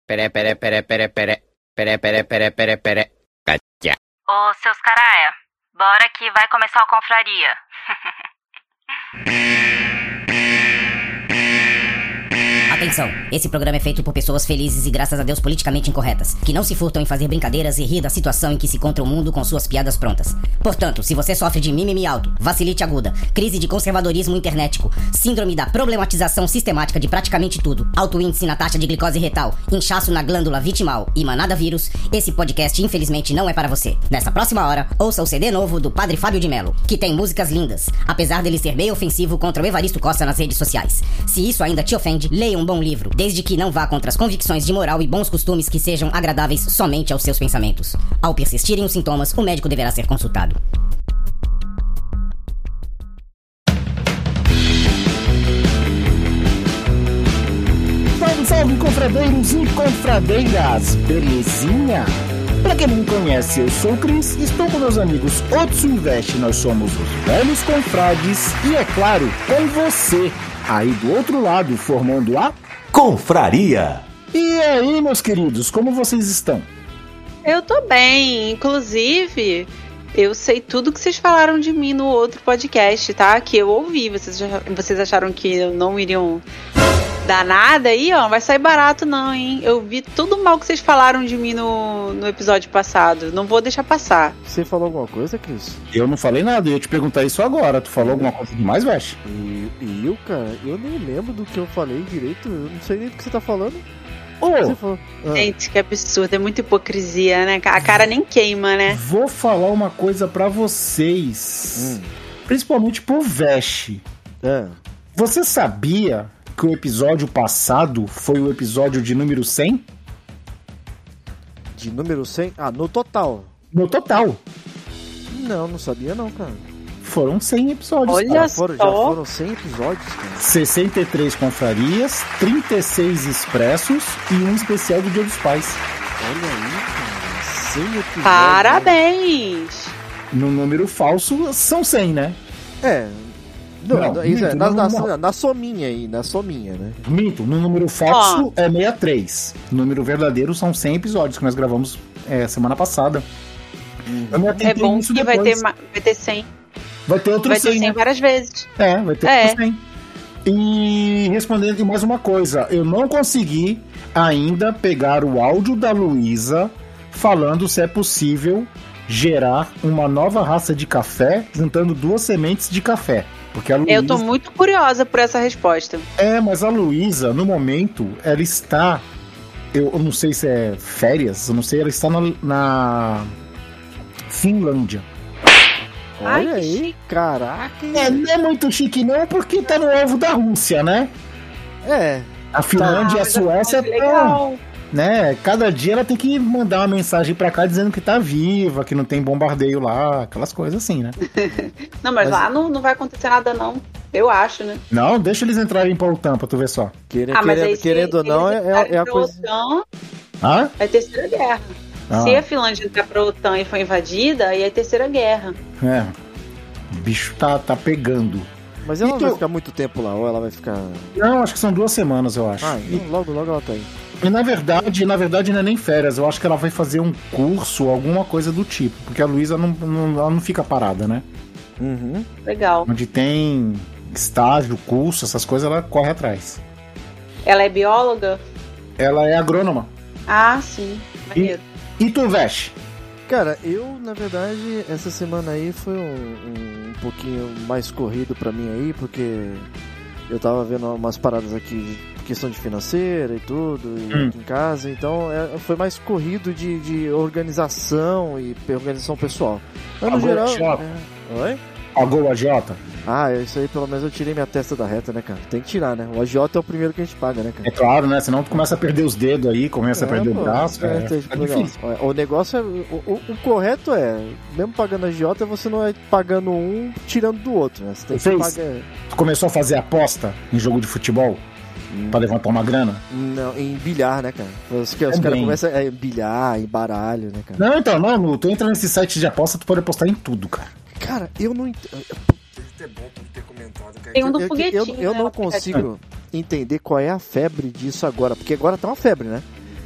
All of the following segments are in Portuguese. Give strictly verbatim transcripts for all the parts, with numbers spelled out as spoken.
pere, pere, pere, pere, pere, pere, pere, pere, pere, pere, catia. Ô, seus caralho, bora que vai começar a confraria. Atenção, esse programa é feito por pessoas felizes e graças a Deus politicamente incorretas, que não se furtam em fazer brincadeiras e rir da situação em que se encontra o mundo com suas piadas prontas. Portanto, se você sofre de mimimi alto, vacilite aguda, crise de conservadorismo internetico, síndrome da problematização sistemática de praticamente tudo, alto índice na taxa de glicose retal, inchaço na glândula vitimal e manada vírus, esse podcast infelizmente não é para você. Nessa próxima hora, ouça o C D novo do Padre Fábio de Mello, que tem músicas lindas, apesar dele ser meio ofensivo contra o Evaristo Costa nas redes sociais. Se isso ainda te ofende, leia um bom livro, desde que não vá contra as convicções de moral e bons costumes que sejam agradáveis somente aos seus pensamentos. Ao persistirem os sintomas, o médico deverá ser consultado. Salve, salve, confradeiros e confradeiras! Belezinha? Pra quem não me conhece, eu sou o Cris, estou com meus amigos Otsu e Veste, nós somos os Velhos Confrades e, é claro, com você, aí do outro lado, formando a Confraria. E aí, meus queridos, como vocês estão? Eu tô bem, inclusive, eu sei tudo que vocês falaram de mim no outro podcast, tá? Que eu ouvi, vocês, vocês acharam que não iriam dar nada aí, ó, não vai sair barato não, hein? Eu vi tudo mal que vocês falaram de mim no, no episódio passado, não vou deixar passar. Você falou alguma coisa, Cris? Eu não falei nada, eu ia te perguntar isso agora, tu falou alguma coisa demais, Veste? E, e eu, cara, eu nem lembro do que eu falei direito, eu não sei nem do que você tá falando. Ô, Você falou? Ah. Gente, que absurdo, é muita hipocrisia, né? A cara nem queima, né? vou falar uma coisa pra vocês, Hum. principalmente pro Veste. É. Você sabia que o episódio passado foi o episódio de número cem? De número cem? Ah, no total. No total. Não, não sabia não, cara. Foram cem episódios. Olha cara. Foram, só. já foram cem episódios, cara. sessenta e três confrarias, trinta e seis expressos e um especial do Dia dos Pais. Olha aí, cara. cem episódios. Parabéns! No número falso, são cem, né? É. Não, Não, isso é, minto, na, não, na, não. na sominha aí, na sominha, né? Minto, no número falso é sessenta e três. No número verdadeiro são cem episódios que nós gravamos é, semana passada. Eu me atentei É bom nisso que vai ter, depois. ma- vai ter cem. Vai ter outro Vai ter cem, cem né? várias vezes. É, vai ter É. outro cem. E respondendo mais uma coisa, eu não consegui ainda pegar o áudio da Luísa falando se é possível gerar uma nova raça de café juntando duas sementes de café. Porque a Luísa... Eu tô muito curiosa por essa resposta. É, mas a Luísa, no momento, ela está... Eu, eu não sei se é férias, eu não sei, ela está na, na Finlândia. Ai, Olha que aí, chique. caraca. É, não é muito chique não, porque tá no alvo da Rússia, né? É. A Finlândia e a mas Suécia é muito estão... legal. Né? Cada dia ela tem que mandar uma mensagem pra cá dizendo que tá viva, que não tem bombardeio lá, aquelas coisas assim, né? Não, mas, Mas- lá não, não vai acontecer nada, não. Eu acho, né? Não, deixa eles entrarem pra OTAN pra tu ver só. Querendo, Ah, mas querendo, aí se querendo ou não, é, eles é, entrarem é a pra coisa. OTAN, Ah? é terceira guerra. Ah. Se a Finlândia entrar pra OTAN e for invadida, aí é terceira guerra. É. O bicho tá, tá pegando. Mas ela E não tu- vai ficar muito tempo lá, ou ela vai ficar. Não, acho que são duas semanas, eu acho. Ah, E, então logo, logo ela tá aí. e na verdade, na verdade não é nem férias, eu acho que ela vai fazer um curso, alguma coisa do tipo, porque a Luísa não, não, ela não fica parada, né? Uhum. Legal. Onde tem estágio, curso, essas coisas, ela corre atrás. Ela é bióloga? Ela é agrônoma. Ah, sim. Maneiro. E tu, Veste? Cara, eu, na verdade, essa semana aí foi um, um, um pouquinho mais corrido pra mim aí, porque eu tava vendo umas paradas aqui de questão de financeira e tudo, e Hum. aqui em casa, então é, foi mais corrido de, de organização e organização pessoal. Mas no Agora, geral. chato. É... Oi? Pagou o agiota? Ah, isso aí pelo menos eu tirei minha testa da reta, né, cara? Tem que tirar, né? O agiota é o primeiro que a gente paga, né, cara? É claro, né? Senão tu começa a perder os dedos aí, começa a É, perder pô, o braço, é, é, tem- fica legal. difícil. O o negócio é. O, o- o correto é, mesmo pagando agiota, você não é pagando um tirando do outro, né? Você tem que Fez? pagar. Tu começou a fazer aposta em jogo de futebol pra levantar uma grana? Não, em bilhar, né, cara? Os, que- os Também. caras começam a é, bilhar, em baralho, né, cara? Não, então, não, tu entra nesse site de aposta, tu pode apostar em tudo, cara. Cara, eu não entendo. É bom tu ter comentado, cara. Tem um do Eu- eu- foguetinho, Eu, eu né, não o aplicativo. consigo entender qual é a febre disso agora, porque agora tá uma febre, né?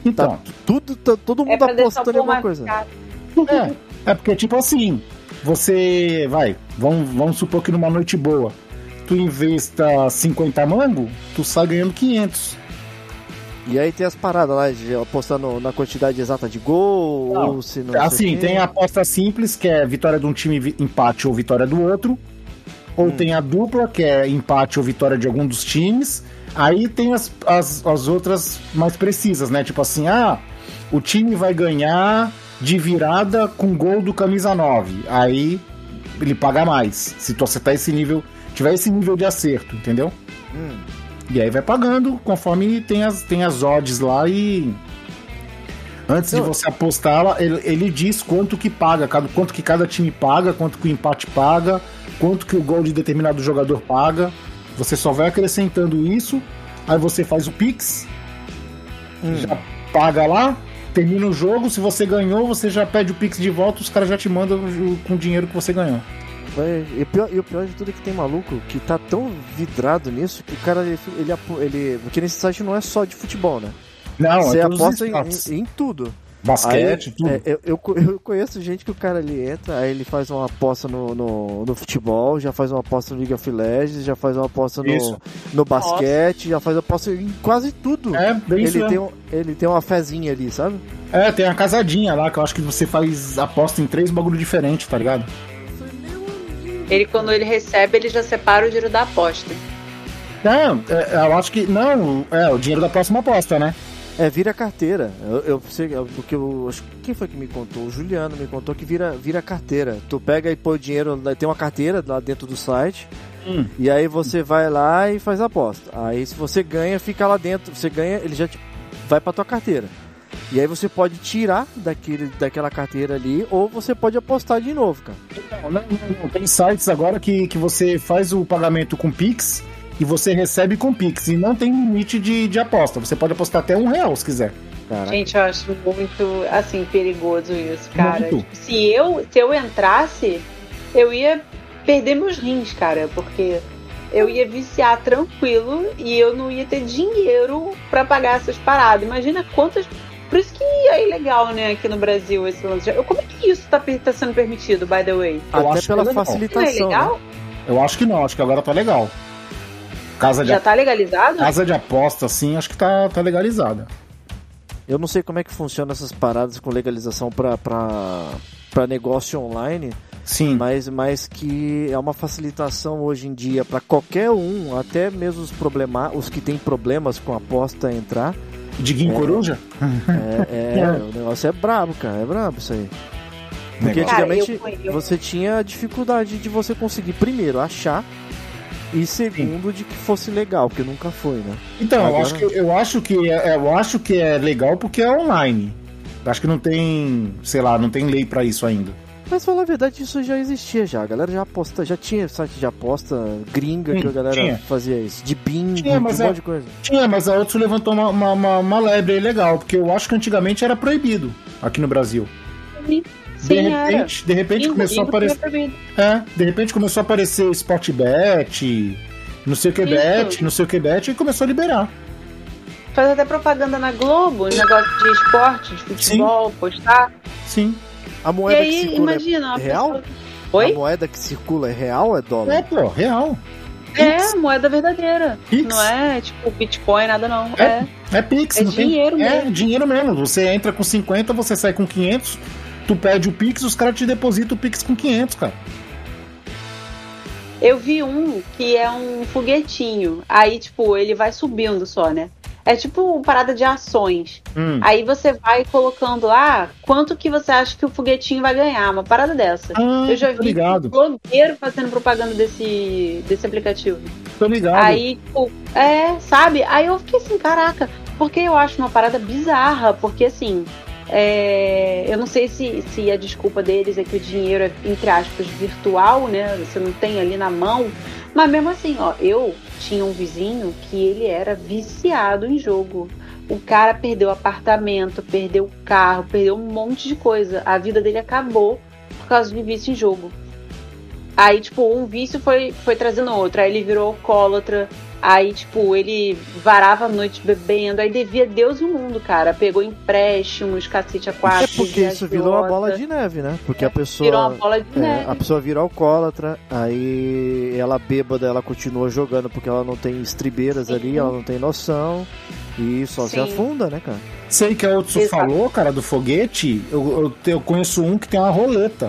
Então, Tá tudo, tá, todo É mundo pra deixar o apostando em povo alguma mais coisa. caro. é, é porque tipo assim, você vai, vamos, vamos supor que numa noite boa, tu investa cinquenta mango, tu sai ganhando quinhentos. E aí tem as paradas lá, de apostar no- na quantidade exata de gol, Não, ou se não sei Assim, o quê. tem a aposta simples, que é vitória de um time, vi- empate ou vitória do outro. Ou tem a dupla, que é empate ou vitória de algum dos times. Aí tem as, as, as outras mais precisas, né? Tipo assim, ah, o time vai ganhar de virada com gol do camisa nove. Aí ele paga mais. Se tu acertar esse nível, tiver esse nível de acerto, entendeu? Hum. E aí vai pagando conforme tem as, tem as odds lá e... Antes de Não. você apostar, ele, ele diz quanto que paga, cada- quanto que cada time paga, quanto que o empate paga, quanto que o gol de determinado jogador paga. Você só vai acrescentando isso, aí você faz o Pix, Hum. já paga lá, termina o jogo, se você ganhou, você já pede o Pix de volta, os caras já te mandam o- com o dinheiro que você ganhou. Vai- E o, pior, e o pior de tudo é que tem maluco que tá tão vidrado nisso que o cara, ele, ele, apo- ele- porque nesse site não é só de futebol, né? Não, Você é todos os aposta em, esportes. em- em tudo. Basquete, Aí, tudo. é, eu, eu, co- eu conheço gente que o cara ali entra, aí ele faz uma aposta no, no, no futebol, já faz uma aposta no League of Legends, já faz uma aposta no, Isso. no basquete, já faz aposta em quase tudo. É, bem isso ele, tem mesmo. um, ele tem uma fezinha ali, sabe? É, tem a casadinha lá, que eu acho que você faz aposta em três bagulho diferentes, tá ligado? Ele, quando ele recebe, ele já separa o dinheiro da aposta. Não, é, eu acho que. Não, é o dinheiro da próxima aposta, né? É, vira carteira. Eu, eu sei, eu- porque eu acho que quem foi que me contou? O Juliano me contou que vira, vira carteira. Tu pega e põe o dinheiro, tem uma carteira lá dentro do site, Hum. e aí você vai lá e faz a aposta. Aí se você ganha, fica lá dentro. Você ganha, ele já te, vai pra tua carteira. E aí você pode tirar daquele, daquela carteira ali, ou você pode apostar de novo, cara. Não, não, não, não. Tem sites agora que, que você faz o pagamento com Pix e você recebe com Pix. E não tem limite de, de aposta. Você pode apostar até um real se quiser. Caraca. Gente, eu acho muito, assim, perigoso isso, cara. Muito. Tipo, se eu, se eu entrasse, eu ia perder meus rins, cara, porque eu ia viciar tranquilo e eu não ia ter dinheiro pra pagar essas paradas. Imagina quantas... Por isso que é ilegal, né, aqui no Brasil, esse lance. Eu- Como é que isso tá, per- tá sendo permitido, by the way? Eu Até acho pela que é legal. Não é facilitação, né? legal? Eu acho que não, acho que agora tá legal. Casa de, Já tá legalizado? casa de aposta, assim, acho que tá, tá legalizada. Eu não sei como é que funciona essas paradas com legalização pra, pra, pra negócio online, Sim. mas, mas que é uma facilitação hoje em dia pra qualquer um, até mesmo os, problema, os que tem problemas com aposta entrar. Diguinho É. Coruja? É, é, o negócio é brabo, cara, é brabo isso aí. Porque Negócio. Cara, antigamente eu conheço. você tinha a dificuldade de você conseguir, primeiro, achar, e segundo, de que fosse legal, porque nunca foi, né? Então, eu Agora- acho, que, eu, acho que é, eu acho que é legal porque é online. Eu acho que não tem, sei lá, não tem lei pra isso ainda. Mas falar a verdade, isso já existia já. A galera já aposta, já tinha site de aposta gringa Sim, que a galera tinha. fazia isso. De bingo, Tinha, de um mas monte é- de coisa. Tinha, mas a Otsu levantou uma, uma, uma, uma lebre aí legal, porque eu acho que antigamente era proibido aqui no Brasil. Sim, De era. repente, de repente Bingo, começou a bingo aparecer. tinha proibido. É, de repente começou a aparecer Sportbet, não sei o que Isso. bet, não sei o que bet, e começou a liberar. Faz até propaganda na Globo, um negócio de esporte, de futebol, postar. Sim. A E moeda que aí, circula imagina, é uma real? pessoa... Oi? A moeda que circula é real ou é dólar? É, pô, real. É, moeda verdadeira. Pix. Não é tipo Bitcoin, nada não. É. É Pix, É não tem- dinheiro É mesmo. dinheiro mesmo. Você entra com cinquenta, você sai com quinhentos, tu pede o Pix, os caras te depositam o Pix com quinhentos, cara. Eu vi um que é um foguetinho. Aí, tipo, ele vai subindo só, né? É tipo uma parada de ações. Hum. Aí você vai colocando lá quanto que você acha que o foguetinho vai ganhar. Uma parada dessa. Ah, Eu já tô vi ligado. um blogueiro fazendo propaganda desse, desse aplicativo. Tô ligado. Aí, tipo, é, sabe? Aí eu fiquei assim, caraca, porque eu acho uma parada bizarra, porque assim, é, eu não sei se, se a desculpa deles é que o dinheiro é, entre aspas, virtual, né? Você não tem ali na mão. Mas mesmo assim, ó, eu tinha um vizinho que ele era viciado em jogo. O cara perdeu apartamento, perdeu carro, perdeu um monte de coisa. A vida dele acabou por causa de vício em jogo. Aí, tipo, um vício foi, foi trazendo outro. Aí ele virou alcoólatra. Aí, tipo, ele varava a noite bebendo, aí devia Deus e o mundo, cara. Pegou empréstimos, cacete a quatro. É porque isso virou uma bola de neve, né? Porque a pessoa... Virou uma bola de é, neve. A pessoa vira alcoólatra, aí ela bêbada, ela continua jogando porque ela não tem estribeiras Sim. ali, ela não tem noção. E só Sim. se afunda, né, cara? Sei que a Otsu Exato. falou, cara, do foguete. Eu, eu, te- eu conheço um que tem uma roleta.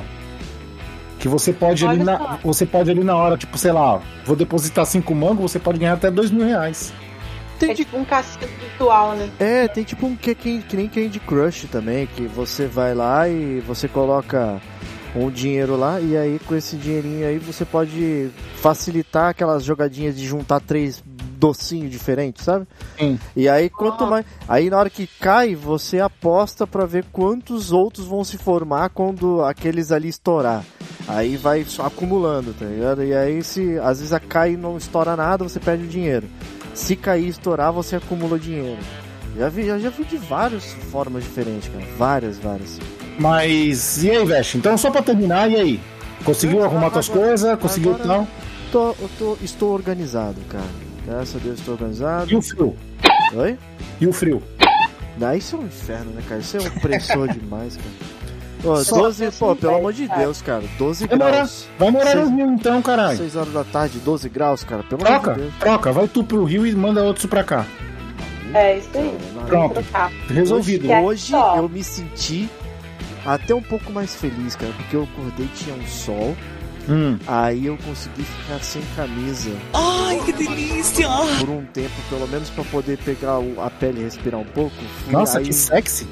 Que você pode ali Olha na, só. você pode ali na hora, tipo, sei lá, vou depositar cinco mangos, você pode ganhar até dois mil reais. Tem É de... tipo um cassino virtual, né? É, tem tipo um que, que, que nem Candy Crush também, que você vai lá e você coloca um dinheiro lá, e aí com esse dinheirinho aí você pode facilitar aquelas jogadinhas de juntar três docinhos diferentes, sabe? Sim. E aí quanto mais... Aí na hora que cai, você aposta pra ver quantos outros vão se formar quando aqueles ali estourar. Aí vai só acumulando, tá ligado? E aí se às vezes a cai e não estoura nada, você perde o dinheiro. Se cair e estourar, você acumula o dinheiro. Já vi, já, já vi de várias formas diferentes, cara. Várias, várias. Mas, e aí, Veste? Então, só pra terminar, e aí? Conseguiu É, arrumar tuas agora- coisas? Conseguiu agora- tal? Tô, eu tô, estou organizado, cara. Graças a Deus estou organizado. E o frio? Oi? E o frio? Ah, isso é um inferno, né, cara? Isso é opressor demais, cara. Ô, Só doze, assim, pô, pelo velho, amor de cara. Deus, cara. doze Vai morar, graus. vai morar Seis- no Rio então, caralho. seis horas da tarde, doze graus, cara. Pelo Troca, amor de Deus. troca. Vai tu pro Rio e manda outros pra cá. É, isso aí. Pronto. Trocar. Resolvido. Hoje- Hoje só. eu me senti até um pouco mais feliz, cara, porque eu acordei, tinha um sol, Hum. aí eu consegui ficar sem camisa. Ai, que delícia! Por um tempo, pelo menos pra poder pegar o- a pele e respirar um pouco. Fui Nossa, aí... que sexy.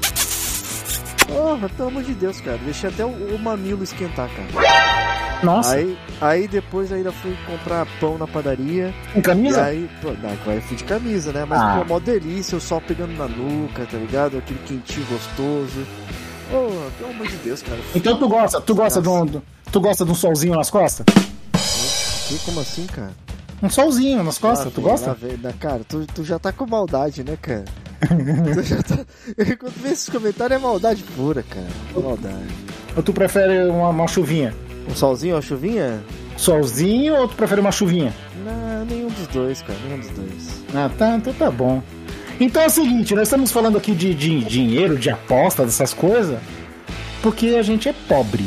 Porra, pelo amor de Deus, cara. Deixei até o, o mamilo esquentar, cara. Nossa, Aí, aí depois ainda fui comprar pão na padaria. com camisa? E aí, pô, não, agora eu fui de camisa, né? Mas, Ah. pô, mó delícia, o sol pegando na nuca, tá ligado? Aquele quentinho gostoso. Pô, pelo amor de Deus, cara. Então tu gosta, tu gosta de um, tu gosta de um solzinho nas costas? Que, como assim, cara? Um solzinho nas costas, Lá tu vem, gosta? lá vem, né, cara, tu, tu já tá com maldade, né, cara? tu já tá... Quando vê esses comentários é maldade pura, cara. Maldade. Ou tu prefere uma, uma chuvinha? Um solzinho, uma chuvinha? Solzinho ou tu prefere uma chuvinha? Não, nenhum dos dois, cara. Nenhum dos dois. Ah, tá, então tá bom. Então é o seguinte, nós estamos falando aqui de, de dinheiro, de aposta, dessas coisas, porque a gente é pobre,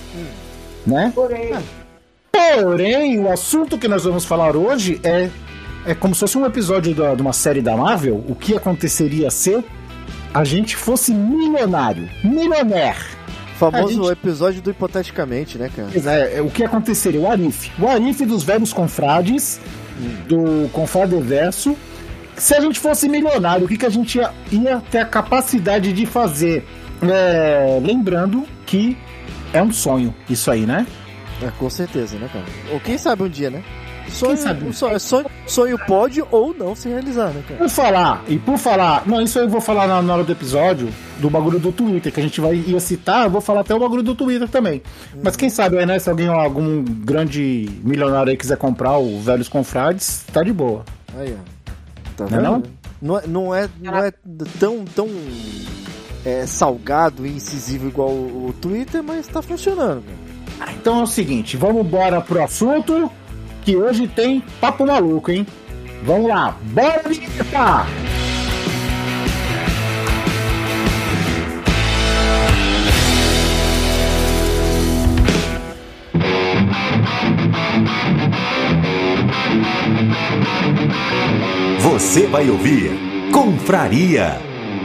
né? Porém, Porém, o assunto que nós vamos falar hoje é, é como se fosse um episódio da, de uma série da Marvel. O que aconteceria se a gente fosse milionário, milionaire? Famoso A gente- episódio do Hipoteticamente, né, cara? Pois é, é, o que aconteceria? O Arif. O Arif dos velhos confrades, do Confradeverso. Se a gente fosse milionário, o que, que a gente ia, ia ter a capacidade de fazer? É, lembrando que é um sonho isso aí, né? É, com certeza, né, cara? Ou quem sabe um dia, né? Sonho, sabe? um sonho, sonho, sonho pode ou não se realizar, né, cara? Por falar, e por falar, não, isso aí eu vou falar na, na hora do episódio, do bagulho do Twitter, que a gente vai ia citar, eu vou falar até o bagulho do Twitter também. Mas quem sabe aí, né, se alguém, algum grande milionário aí quiser comprar o Velhos Confrades, tá de boa. Aí, ó. Tá Não é vendo? não? Não é, não é, não é tão, tão é, salgado e incisivo igual o, o Twitter, mas tá funcionando, cara. Então é o seguinte, vamos embora pro assunto, que hoje tem papo maluco, hein? Vamos lá, bora vinheta! Você vai ouvir Confraria.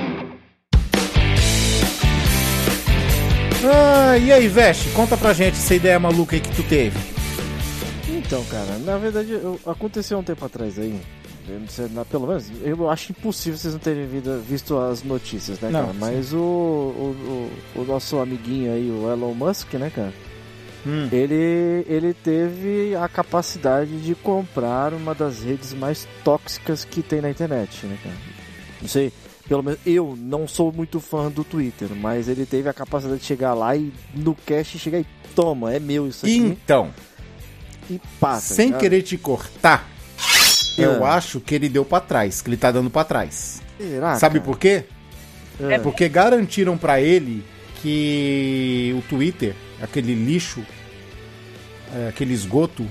Ah, e aí, Veste, conta pra gente essa ideia maluca aí que tu teve. Então, cara, na verdade, eu, aconteceu um tempo atrás aí. Eu não sei, na- pelo menos, eu acho impossível vocês não terem visto, visto as notícias, né, Não, cara? Mas o, o, o, o nosso amiguinho aí, o Elon Musk, né, cara? Hum. Ele, ele teve a capacidade de comprar uma das redes mais tóxicas que tem na internet, né, cara? Não sei, pelo menos eu não sou muito fã do Twitter, mas ele teve a capacidade de chegar lá e no cache chegar e toma, é meu isso aqui. Então, E pá, tá sem ligado? querer te cortar, eu Ah. acho que ele deu pra trás, que ele tá dando pra trás. Será, Sabe cara? por quê? É. Porque garantiram pra ele que o Twitter, aquele lixo, é, aquele esgoto,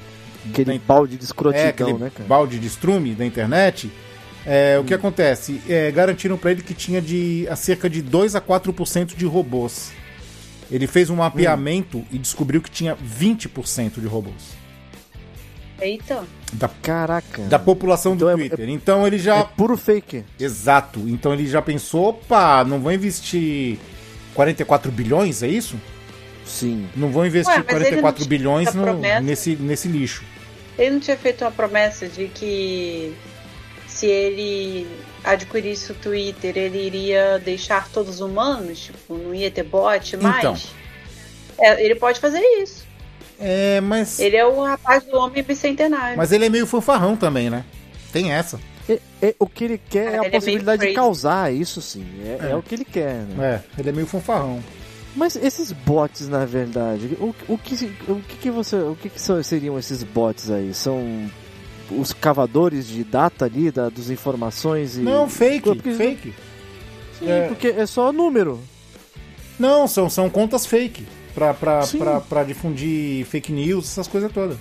Aquele da- balde de escrotidão, é, aquele né, cara? balde de estrume da internet. É, Hum. O que acontece? É, garantiram pra ele que tinha de a cerca de dois a quatro por cento de robôs. Ele fez um mapeamento Hum. e descobriu que tinha vinte por cento de robôs. Eita. Da, Caraca. da população do Então é- Twitter. Então ele já. É puro fake. Exato. Então ele já pensou, opa, não vou investir quarenta e quatro bilhões, é isso? Sim. Não vou investir Ué, mas ele quarenta e quatro não tinha bilhões essa no- promessa? nesse, nesse lixo. Ele não tinha feito uma promessa de que se ele adquirisse o Twitter, ele iria deixar todos humanos? Tipo, não ia ter bot mais? Então. É, ele pode fazer isso. É, mas. Ele é o rapaz do homem bicentenário. Mas ele é meio fanfarrão também, né? Tem essa. É, é- o que ele quer é Ele é a meio possibilidade de crazy. causar, isso sim. É, É. é o que ele quer, né? É, ele é meio fanfarrão. Mas esses bots, na verdade, o, o, que, o que, que você. O que, que são- seriam esses bots aí? São os cavadores de data ali, da, dos informações e. Não, fake, Porque- fake. Sim, É. porque é só número. Não, são, são contas fake. Pra, pra, Sim. pra, pra difundir fake news, essas coisas todas.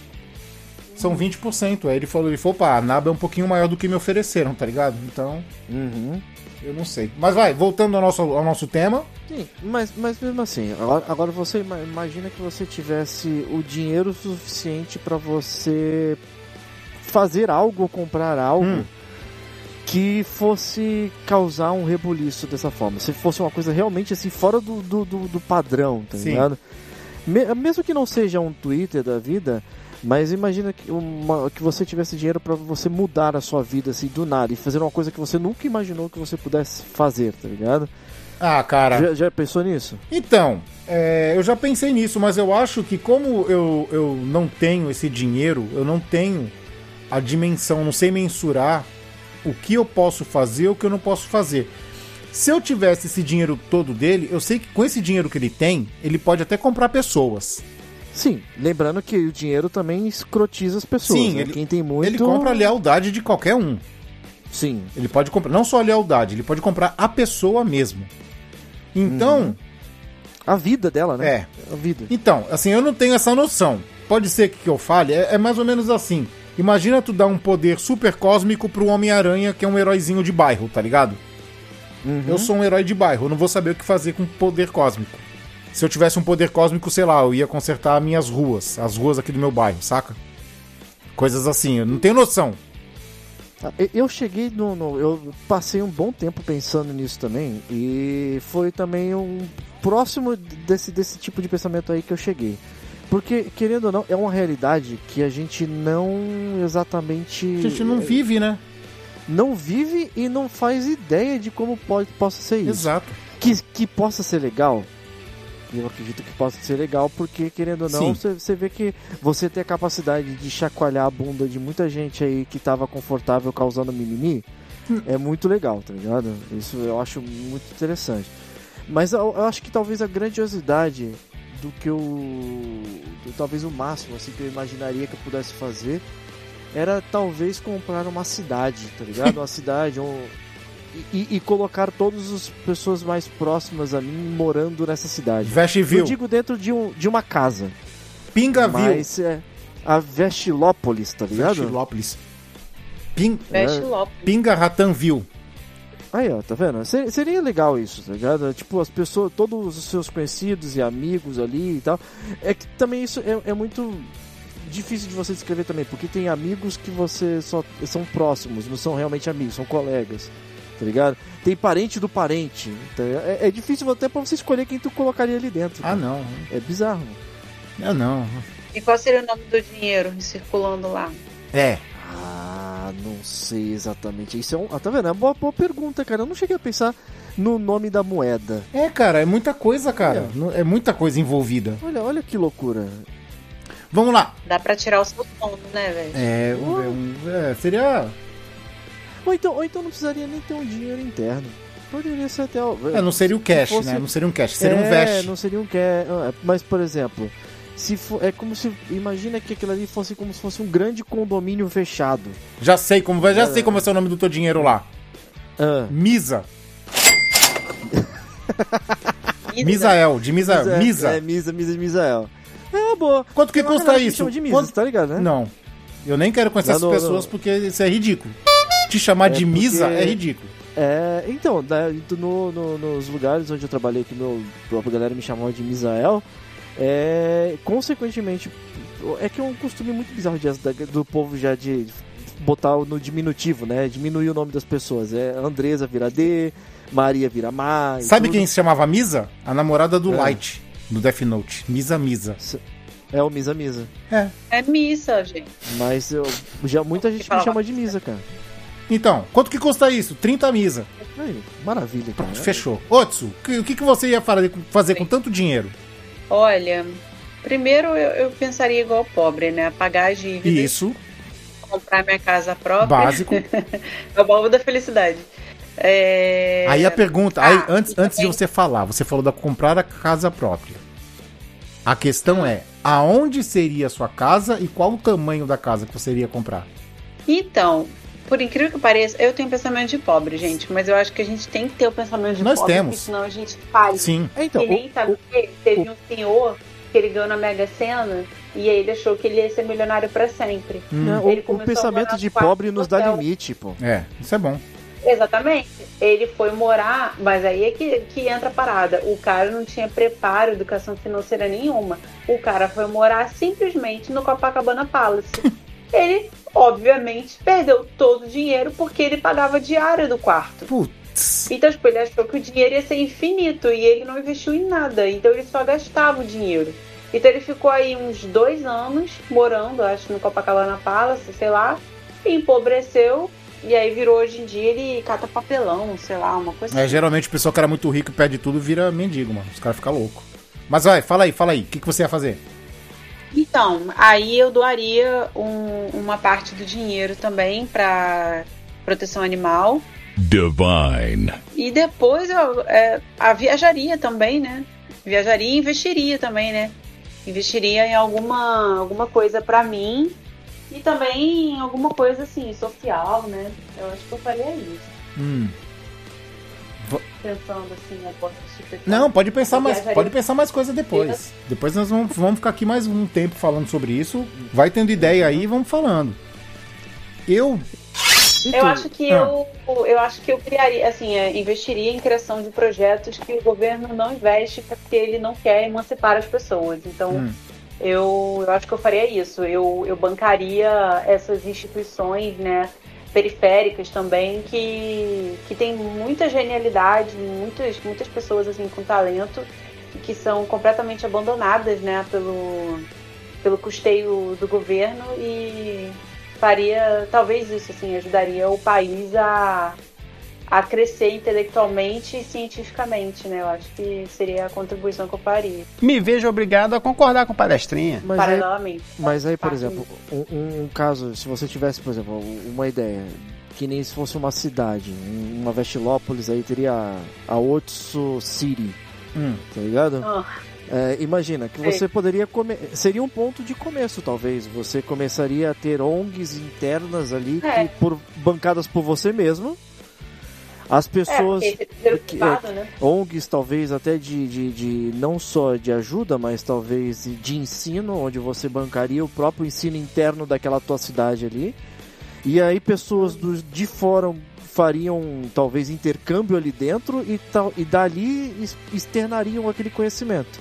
São vinte por cento. Aí ele falou, ele falou, pá, a naba é um pouquinho maior do que me ofereceram, tá ligado? Então, Uhum. eu não sei. Mas vai, voltando ao nosso, ao nosso tema. Sim, mas, mas mesmo assim, agora, agora você ima- imagina que você tivesse o dinheiro suficiente pra você fazer algo ou comprar algo Hum. que fosse causar um rebuliço dessa forma. Se fosse uma coisa realmente assim, fora do, do, do, do padrão, tá Sim. ligado? Me- mesmo que não seja um Twitter da vida, mas imagina que, uma, que você tivesse dinheiro pra você mudar a sua vida assim do nada e fazer uma coisa que você nunca imaginou que você pudesse fazer, tá ligado? Ah, cara. Já, já pensou nisso? Então, é, eu já pensei nisso, mas eu acho que como eu, eu não tenho esse dinheiro, eu não tenho a dimensão, não sei mensurar o que eu posso fazer e o que eu não posso fazer. Se eu tivesse esse dinheiro todo dele, eu sei que com esse dinheiro que ele tem, ele pode até comprar pessoas. Sim, lembrando que o dinheiro também escrotiza as pessoas. Sim, né? ele- Quem tem muito. Ele compra a lealdade de qualquer um. Sim. Ele pode comprar, não só a lealdade, ele pode comprar a pessoa mesmo. Então, A vida dela, né? é. A vida. Então, assim, eu não tenho essa noção. Pode ser que, que eu fale, é, é mais ou menos assim. Imagina tu dar um poder super cósmico pro Homem-Aranha, que é um heróizinho de bairro, tá ligado? Uhum. Eu sou um herói de bairro, eu não vou saber o que fazer com poder cósmico. Se eu tivesse um poder cósmico, sei lá, eu ia consertar minhas ruas, as ruas aqui do meu bairro, saca? Coisas assim, eu não tenho noção. Ah, eu- Eu cheguei no, no- Eu passei um bom tempo pensando nisso também. E foi também um próximo desse, desse tipo de pensamento aí que eu cheguei. Porque, querendo ou não, é uma realidade que a gente não exatamente. A gente não vive, né? Não vive e não faz ideia de como pode, possa ser isso. Exato. Que, que possa ser legal. Eu acredito que possa ser legal, porque, querendo ou não, Sim. você você vê que você tem a capacidade de chacoalhar a bunda de muita gente aí que tava confortável causando mimimi. Hum. É muito legal, tá ligado? Isso eu acho muito interessante. Mas eu, eu acho que talvez a grandiosidade do que eu. do- talvez o máximo assim, que eu imaginaria que eu pudesse fazer era talvez comprar uma cidade, tá ligado? Uma cidade um, e, e- e colocar todas as pessoas mais próximas a mim morando nessa cidade. Eu Vestiville, digo dentro de, um, de uma casa. Pingaville, Mas é a Vestilópolis, tá ligado? Vestilópolis, Ping, Veste Lopes. Pinga Ratanville. Aí, ó, tá vendo? Se- Seria legal isso, tá ligado? Tipo, as pessoas, todos os seus conhecidos e amigos ali e tal. É que também isso é, é muito difícil de você descrever também, porque tem amigos que você só são próximos, não são realmente amigos, são colegas, tá ligado? Tem parente do parente. Tá ligado? É, é difícil até pra você escolher quem tu colocaria ali dentro. Ah, cara. não. É bizarro. Ah, não. E qual seria o nome do dinheiro circulando lá? É. Ah, não sei exatamente. Isso é um. Ah, tá vendo? É uma boa, boa pergunta, cara. Eu não cheguei a pensar no nome da moeda. É, cara, é muita coisa, cara. É. Não- É muita coisa envolvida. Olha, olha que loucura. Vamos lá. Dá pra tirar o seu sono, né, velho? É, um- é um- é, seria. Ou então, ou então não precisaria nem ter um dinheiro interno. Poderia ser até. o- É, não seria o cash, se fosse- né? Não seria um cash, seria é, um vest. não seria um cash. Mas, por exemplo, se for, é como se. Imagina que aquilo ali fosse como se fosse um grande condomínio fechado. Já sei como vai, já É. sei como vai ser o nome do teu dinheiro lá. Ah, Misa. Misa. Misael, de Misa, Misa- Misa. É, Misa, Misa de Misael. É uma boa. Quanto que Tem uma custa galera que isso? chama de Misa, Quanto- tá ligado, né? Não. Eu nem quero conhecer Não, essas não, pessoas não. porque isso é ridículo. Te chamar É de Misa porque- é ridículo. É, então, da- no- no- nos lugares onde eu trabalhei, que meu, a galera me chamava de Misael, é, consequentemente, é que é um costume muito bizarro de, da- do povo já de botar no diminutivo, né? Diminuir o nome das pessoas. É Andresa vira D, Maria vira Má. e Sabe tudo. quem se chamava Misa? A namorada do É. Light, do Death Note. Misa Misa. É o Misa Misa. É. É missa, gente. Mas eu, já, muita gente me fala chama de Misa, cara. Então, quanto que custa isso? trinta Misa. Aí, maravilha, cara. Pronto, fechou. Otsu, o que, o que que você ia fazer, fazer com tanto dinheiro? Olha, primeiro eu, eu pensaria igual pobre, né? Pagar as dívidas, Isso, comprar minha casa própria. básico. É o baú da felicidade. É... Aí a pergunta, Ah, aí, antes, e antes de também- você falar, você falou da comprar a casa própria. A questão é, aonde seria a sua casa e qual o tamanho da casa que você iria comprar? Então, por incrível que pareça, eu tenho pensamento de pobre, gente, mas eu acho que a gente tem que ter o pensamento de Nós pobre, temos. porque senão a gente falha. Sim. É, então, que nem, o- sabe o- o quê? Teve um senhor que ele ganhou na Mega Sena e aí ele achou que ele ia ser milionário pra sempre. Não, Ele o, o começou a pensamento morar de no quarto pobre do nos dá hotel. limite, pô. É, isso é bom. Exatamente. Ele foi morar, mas aí é que, que entra a parada. O cara não tinha preparo, educação financeira nenhuma. O cara foi morar simplesmente no Copacabana Palace. Ele, obviamente, perdeu todo o dinheiro porque ele pagava a diária do quarto. Putz. Então, tipo, ele achou que o dinheiro ia ser infinito e ele não investiu em nada. Então, ele só gastava o dinheiro. Então, ele ficou aí uns dois anos morando, acho, no Copacabana Palace, sei lá, e empobreceu. E aí virou, hoje em dia, ele cata papelão, sei lá, uma coisa É, assim. geralmente o pessoal que era muito rico e perde tudo vira mendigo, mano. Os caras ficam loucos. Mas vai, fala aí, fala aí. O que, que você ia fazer? Então, aí eu doaria um- uma parte do dinheiro também pra proteção animal. Divine. E depois eu é, a viajaria também, né? Viajaria e investiria também, né? Investiria em alguma, alguma coisa pra mim e também em alguma coisa assim, social, né? Eu acho que eu faria isso. Hum. Pensando assim, eu posso te Não, pode pensar Eu mais, viajaria. pode pensar mais coisa depois. Depois nós vamos, vamos ficar aqui mais um tempo falando sobre isso. Vai tendo ideia aí e vamos falando. Eu. Eu acho que Ah. eu, eu acho que eu criaria, assim, é, investiria em criação de projetos que o governo não investe porque ele não quer emancipar as pessoas. Então, Hum. eu, eu acho que eu faria isso. Eu, eu bancaria essas instituições, né, periféricas também, que, que tem muita genialidade, muitas, muitas pessoas assim com talento e que são completamente abandonadas, né, pelo, pelo custeio do governo e faria, talvez isso, assim, ajudaria o país a, a crescer intelectualmente e cientificamente, né? Eu acho que seria a contribuição que eu faria, Me vejo obrigado a concordar com o palestrinha. Mas aí, paralelamente. mas aí, por Tá. exemplo, um, um- um caso, se você tivesse, por exemplo, uma ideia, que nem se fosse uma cidade, uma Vestilópolis, aí teria a, a Otsu City, Hum. tá ligado? Ah, É, imagina que você poderia comer. Seria um ponto de começo, talvez. Você começaria a ter O N Gs internas ali, É. que por, bancadas por você mesmo. As pessoas. é, porque ser que- privado, né? O N Gs, talvez até de, de, de não só de ajuda, mas talvez de ensino, onde você bancaria o próprio ensino interno daquela tua cidade ali. E aí pessoas do, de fora fariam talvez intercâmbio ali dentro e, tal, e dali es- externariam aquele conhecimento.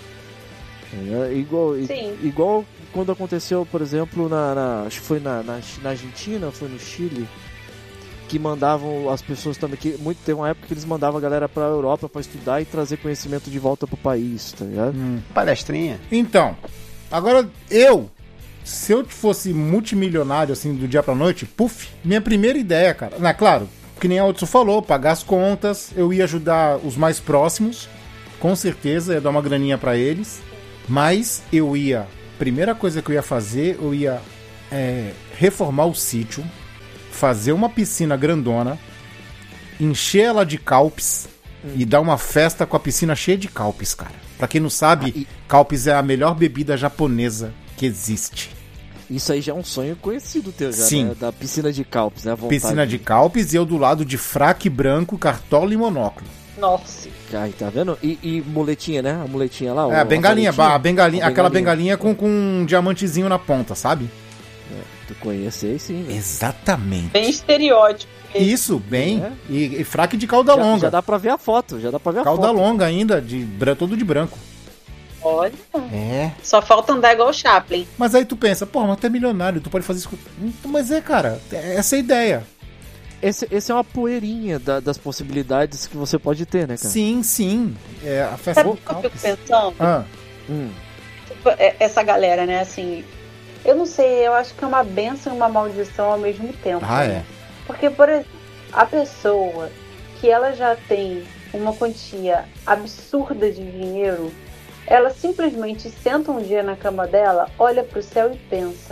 É, igual, i- Sim. igual quando aconteceu, por exemplo, na, na- acho que foi na, na, na Argentina, foi no Chile, que mandavam as pessoas também, que muito, tem uma época que eles mandavam a galera pra Europa pra estudar e trazer conhecimento de volta pro país, tá ligado? Hum. Palestrinha. Então, agora eu, se eu fosse multimilionário assim do dia pra noite, puf, minha primeira ideia, cara, né, claro, que nem a Otsu falou, pagar as contas, eu ia ajudar os mais próximos, com certeza, ia dar uma graninha pra eles, mas eu ia, primeira coisa que eu ia fazer, eu ia é, reformar o sítio, fazer uma piscina grandona, encher ela de calpis e dar uma festa com a piscina cheia de calpis, cara. Pra quem não sabe, Ah, e- calpis é a melhor bebida japonesa que existe. Isso aí já é um sonho conhecido teu, já, Sim. né? Da piscina de Calpis, né? A vontade. Piscina de calpis e eu do lado de fraque branco, cartola e monóculo. Nossa. Aí, tá vendo? E, e muletinha, né? A muletinha lá. É, a bengalinha, a a bengalinha, a aquela bengalinha. bengalinha com, com um diamantezinho na ponta, sabe? É, tu conhece sim, velho. Exatamente. Bem estereótipo. Isso, bem. É. E, e fraque de cauda Já, longa. já dá pra ver a foto, já dá pra ver a Cauda foto. longa ainda, de bran- todo de branco. Olha. É. Só falta andar igual o Chaplin. Mas aí tu pensa, pô, mas tu é milionário, tu pode fazer isso. com- Mas é, cara, essa é a ideia. Esse, esse é uma poeirinha da- das possibilidades que você pode ter, né, cara? Sim, sim. É a festa Sabe o que eu vocal. fico pensando? Ah, Hum. Tipo, é- essa galera, né, assim... Eu não sei, eu acho que é uma bênção e uma maldição ao mesmo tempo. ah, né? é. Porque, por exemplo, a pessoa que ela já tem uma quantia absurda de dinheiro, ela simplesmente senta um dia na cama dela, olha pro céu e pensa: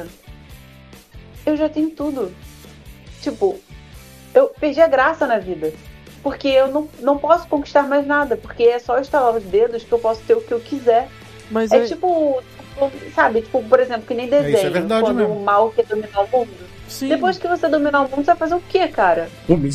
eu já tenho tudo. Tipo, eu perdi a graça na vida. Porque eu não, não posso conquistar mais nada. Porque é só estalar os dedos que eu posso ter o que eu quiser. Mas É é, tipo, tipo, sabe? Tipo, por exemplo, que nem desenho. isso é verdade quando mesmo. o mal quer dominar o mundo. sim. Depois que você dominar o mundo, você vai fazer o quê, cara?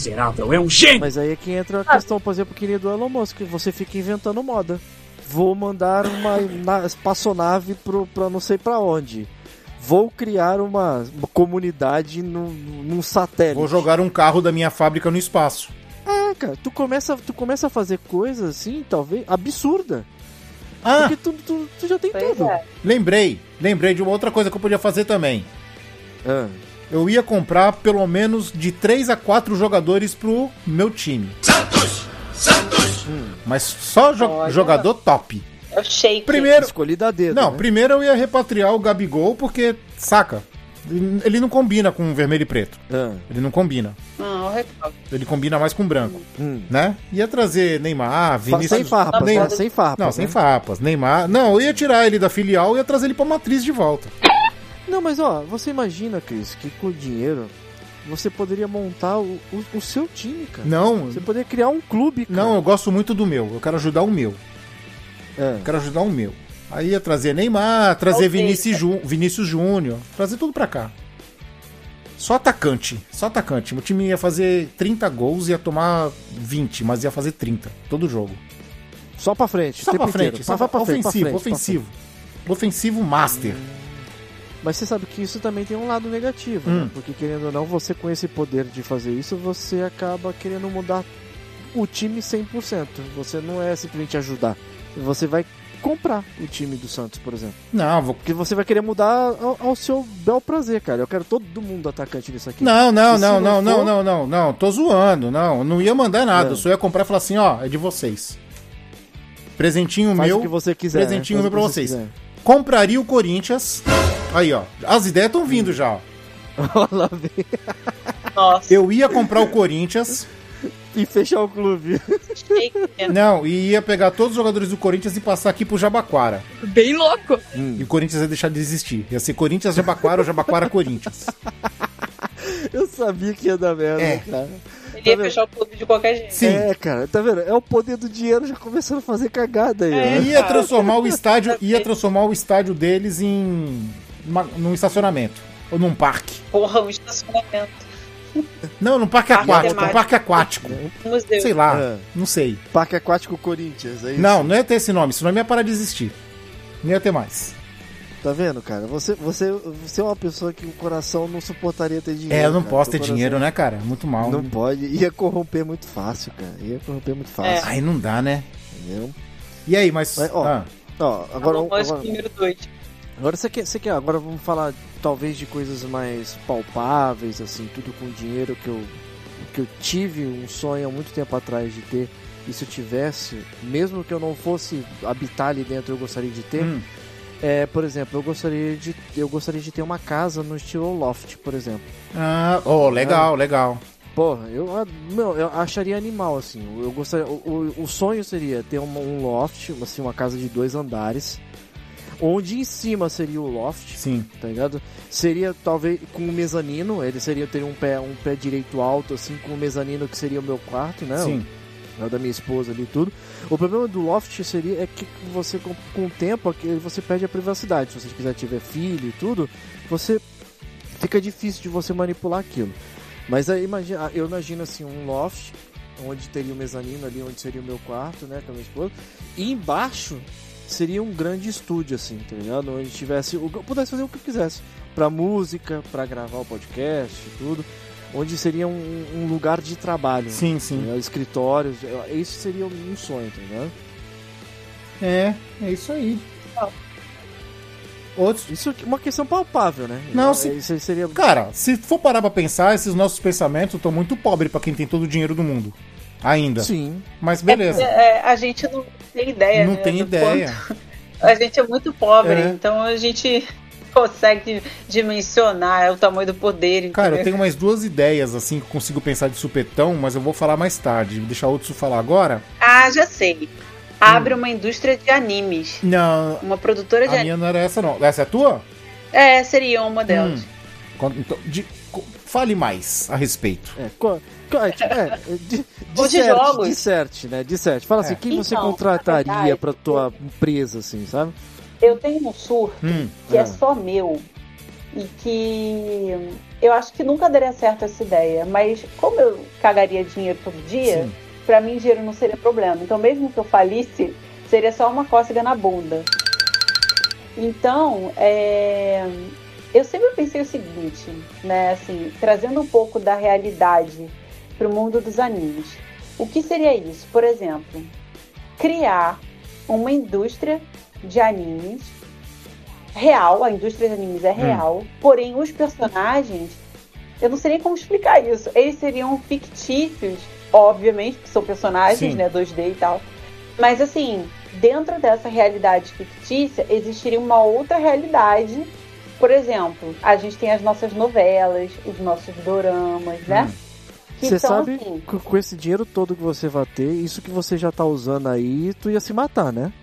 Mas aí é que entra a questão, por exemplo, que nem do Elon Musk. Você fica inventando moda. Vou mandar uma na- espaçonave pro, pra não sei pra onde. Vou criar uma, uma comunidade num, num satélite. Vou jogar um carro da minha fábrica no espaço. É, cara, tu começa, tu começa a fazer coisas assim, talvez, absurda. Ah, Porque tu, tu, tu já tem Pois tudo. é. lembrei. Lembrei de uma outra coisa que eu podia fazer também. Ah, Eu ia comprar pelo menos de três a quatro jogadores pro meu time. Santos! Santos! Mas só jo- Olha. jogador top. É o shake. Primeiro, escolhi da dedo. não, né? primeiro eu ia repatriar o Gabigol porque, saca, ele não combina com vermelho e preto. Ah, Ele não combina. Não, o recalque. Ele combina mais com branco, hum. né? Ia trazer Neymar, Fa- Vinícius... Sem farpas, Nem- né? Sem farpas. Não, né? sem farpas. Neymar... Não, eu ia tirar ele da filial e ia trazer ele pra matriz de volta. Não, mas ó, você imagina, Cris, que com o dinheiro você poderia montar o, o, o seu time, cara. Não, Você poderia criar um clube, cara. não, eu gosto muito do meu. Eu quero ajudar o meu. É. Eu quero ajudar o meu. Aí ia trazer Neymar, trazer Ok. Vinícius, Jú- Vinícius Júnior, trazer tudo pra cá. Só atacante, só atacante. Meu time ia fazer trinta gols, ia tomar vinte, mas ia fazer trinta, todo jogo. Só pra frente. o Só tempo pra frente, inteiro. só Vai pra, pra frente, pra ofensivo, frente, pra ofensivo. Ofensivo master. Mas você sabe que isso também tem um lado negativo, Hum. né? Porque querendo ou não, você com esse poder de fazer isso, você acaba querendo mudar o time cem por cento. Você não é simplesmente ajudar. Você vai comprar o time do Santos, por exemplo. Não, vou... Porque você vai querer mudar ao, ao seu bel prazer, cara. Eu quero todo mundo atacante nisso aqui. não, não, E se não, não, não não, for- não, não, não, tô zoando, não, eu não ia mandar nada, É. eu só ia comprar e falar assim, ó, é de vocês. Presentinho Faz meu, o que você quiser. presentinho né? meu Faz pra o que vocês. você quiser. Compraria o Corinthians, aí ó, as ideias estão vindo já, ó. Olha lá, vem. Nossa, Eu ia comprar o Corinthians, E fechar o clube. shake. não, e ia pegar todos os jogadores do Corinthians e passar aqui pro Jabaquara. Bem louco. E o Corinthians ia deixar de existir. Ia ser Corinthians, Jabaquara ou Jabaquara, Corinthians. Eu sabia que ia dar merda, É. cara. Ele ia Tá vendo? fechar o clube de qualquer jeito. Sim. É, cara, tá vendo? É o poder do dinheiro já começando a fazer cagada aí, É. né? Ia transformar o estádio, ia transformar o estádio deles em uma- num estacionamento ou num parque. Porra, um estacionamento. Não, num parque Parque aquático, um temático. parque aquático. Um museu. Sei lá, É. não sei. Parque Aquático Corinthians, é isso? Não, não ia ter esse nome, esse nome ia parar de existir. Não ia ter mais. Tá vendo, cara? Você, você, você é uma pessoa que o coração não suportaria ter dinheiro. É, eu não cara. posso Teu ter coração dinheiro, né, cara? Muito mal. Não né? pode. Ia corromper muito fácil, cara. Ia corromper muito fácil. Aí não dá, né? Entendeu? E aí, mas. Mas, ó, ah, Ó, agora, Elon Musk agora, número dois. agora você quer, você quer. Agora vamos falar talvez de coisas mais palpáveis, assim, tudo com dinheiro que eu, que eu tive um sonho há muito tempo atrás de ter. E se eu tivesse, mesmo que eu não fosse habitar ali dentro, eu gostaria de ter. hum, É, por exemplo, eu gostaria de eu gostaria de ter uma casa no estilo loft, por exemplo. ah, oh, legal, legal. Porra, eu, ah, meu, eu acharia animal, assim. Eu gostaria, o, o, o sonho seria ter uma, um loft, assim, uma casa de dois andares, onde em cima seria o loft, Sim. tá ligado? Seria talvez com um mezanino, ele seria ter um pé, um pé direito alto, assim, com o mezanino que seria o meu quarto, né? Sim. O, o da minha esposa ali e tudo. O problema do loft seria é que você, com, com o tempo, aqui, você perde a privacidade. Se você quiser tiver filho e tudo, você fica difícil de você manipular aquilo. Mas aí imagina, eu imagino assim, um loft onde teria o mezanino ali, onde seria o meu quarto, né, com a minha esposa. E embaixo seria um grande estúdio, assim, tá ligado? Onde tivesse, eu pudesse fazer o que eu quisesse. Pra música, pra gravar o podcast e tudo. Onde seria um, um lugar de trabalho. Sim, sim. Né? Escritórios. Isso seria um sonho, tá ligado? É, é isso aí. Outros... Isso é uma questão palpável, né? Não, se... Isso seria... Cara, se for parar pra pensar, esses nossos pensamentos estão muito pobres pra quem tem todo o dinheiro do mundo. Ainda. Sim. Mas beleza. É, é, a gente não tem ideia. Não né, tem ideia. Quanto... A gente é muito pobre, É. então a gente consegue dimensionar o tamanho do poder. Cara, eu entendeu? tenho mais duas ideias, assim, que eu consigo pensar de supetão, mas eu vou falar mais tarde. Vou deixar o Otsu falar agora. Ah, já sei. Abre uma indústria de animes. Não, Uma produtora de a minha não era essa, não. Essa é a tua? É, seria uma delas. Hum. Quando- Então, de- co- fale mais a respeito. É, co- co- é, tipo, é, de, Ou de disserte, jogos. disserte, né? Disserte. Fala assim, É. quem você Então, contrataria na verdade, pra tua empresa, assim, sabe? Eu tenho um surto Hum. que é É. só meu e que eu acho que nunca daria certo essa ideia, mas como eu cagaria dinheiro todo dia, Sim. pra mim dinheiro não seria problema. Então mesmo que eu falisse, seria só uma cócega na bunda. Então, é, eu sempre pensei o seguinte, né, assim, trazendo um pouco da realidade pro mundo dos animes. O que seria isso? Por exemplo, criar uma indústria de animes real, a indústria de animes é real, porém os personagens, eu não sei nem como explicar isso, eles seriam fictícios, obviamente, que são personagens, Sim. né, dois D e tal, mas assim, dentro dessa realidade fictícia, existiria uma outra realidade. Por exemplo, a gente tem as nossas novelas, os nossos doramas, né? Que Você são, sabe assim, que com esse dinheiro todo que você vai ter, isso que você já tá usando aí, tu ia se matar, né?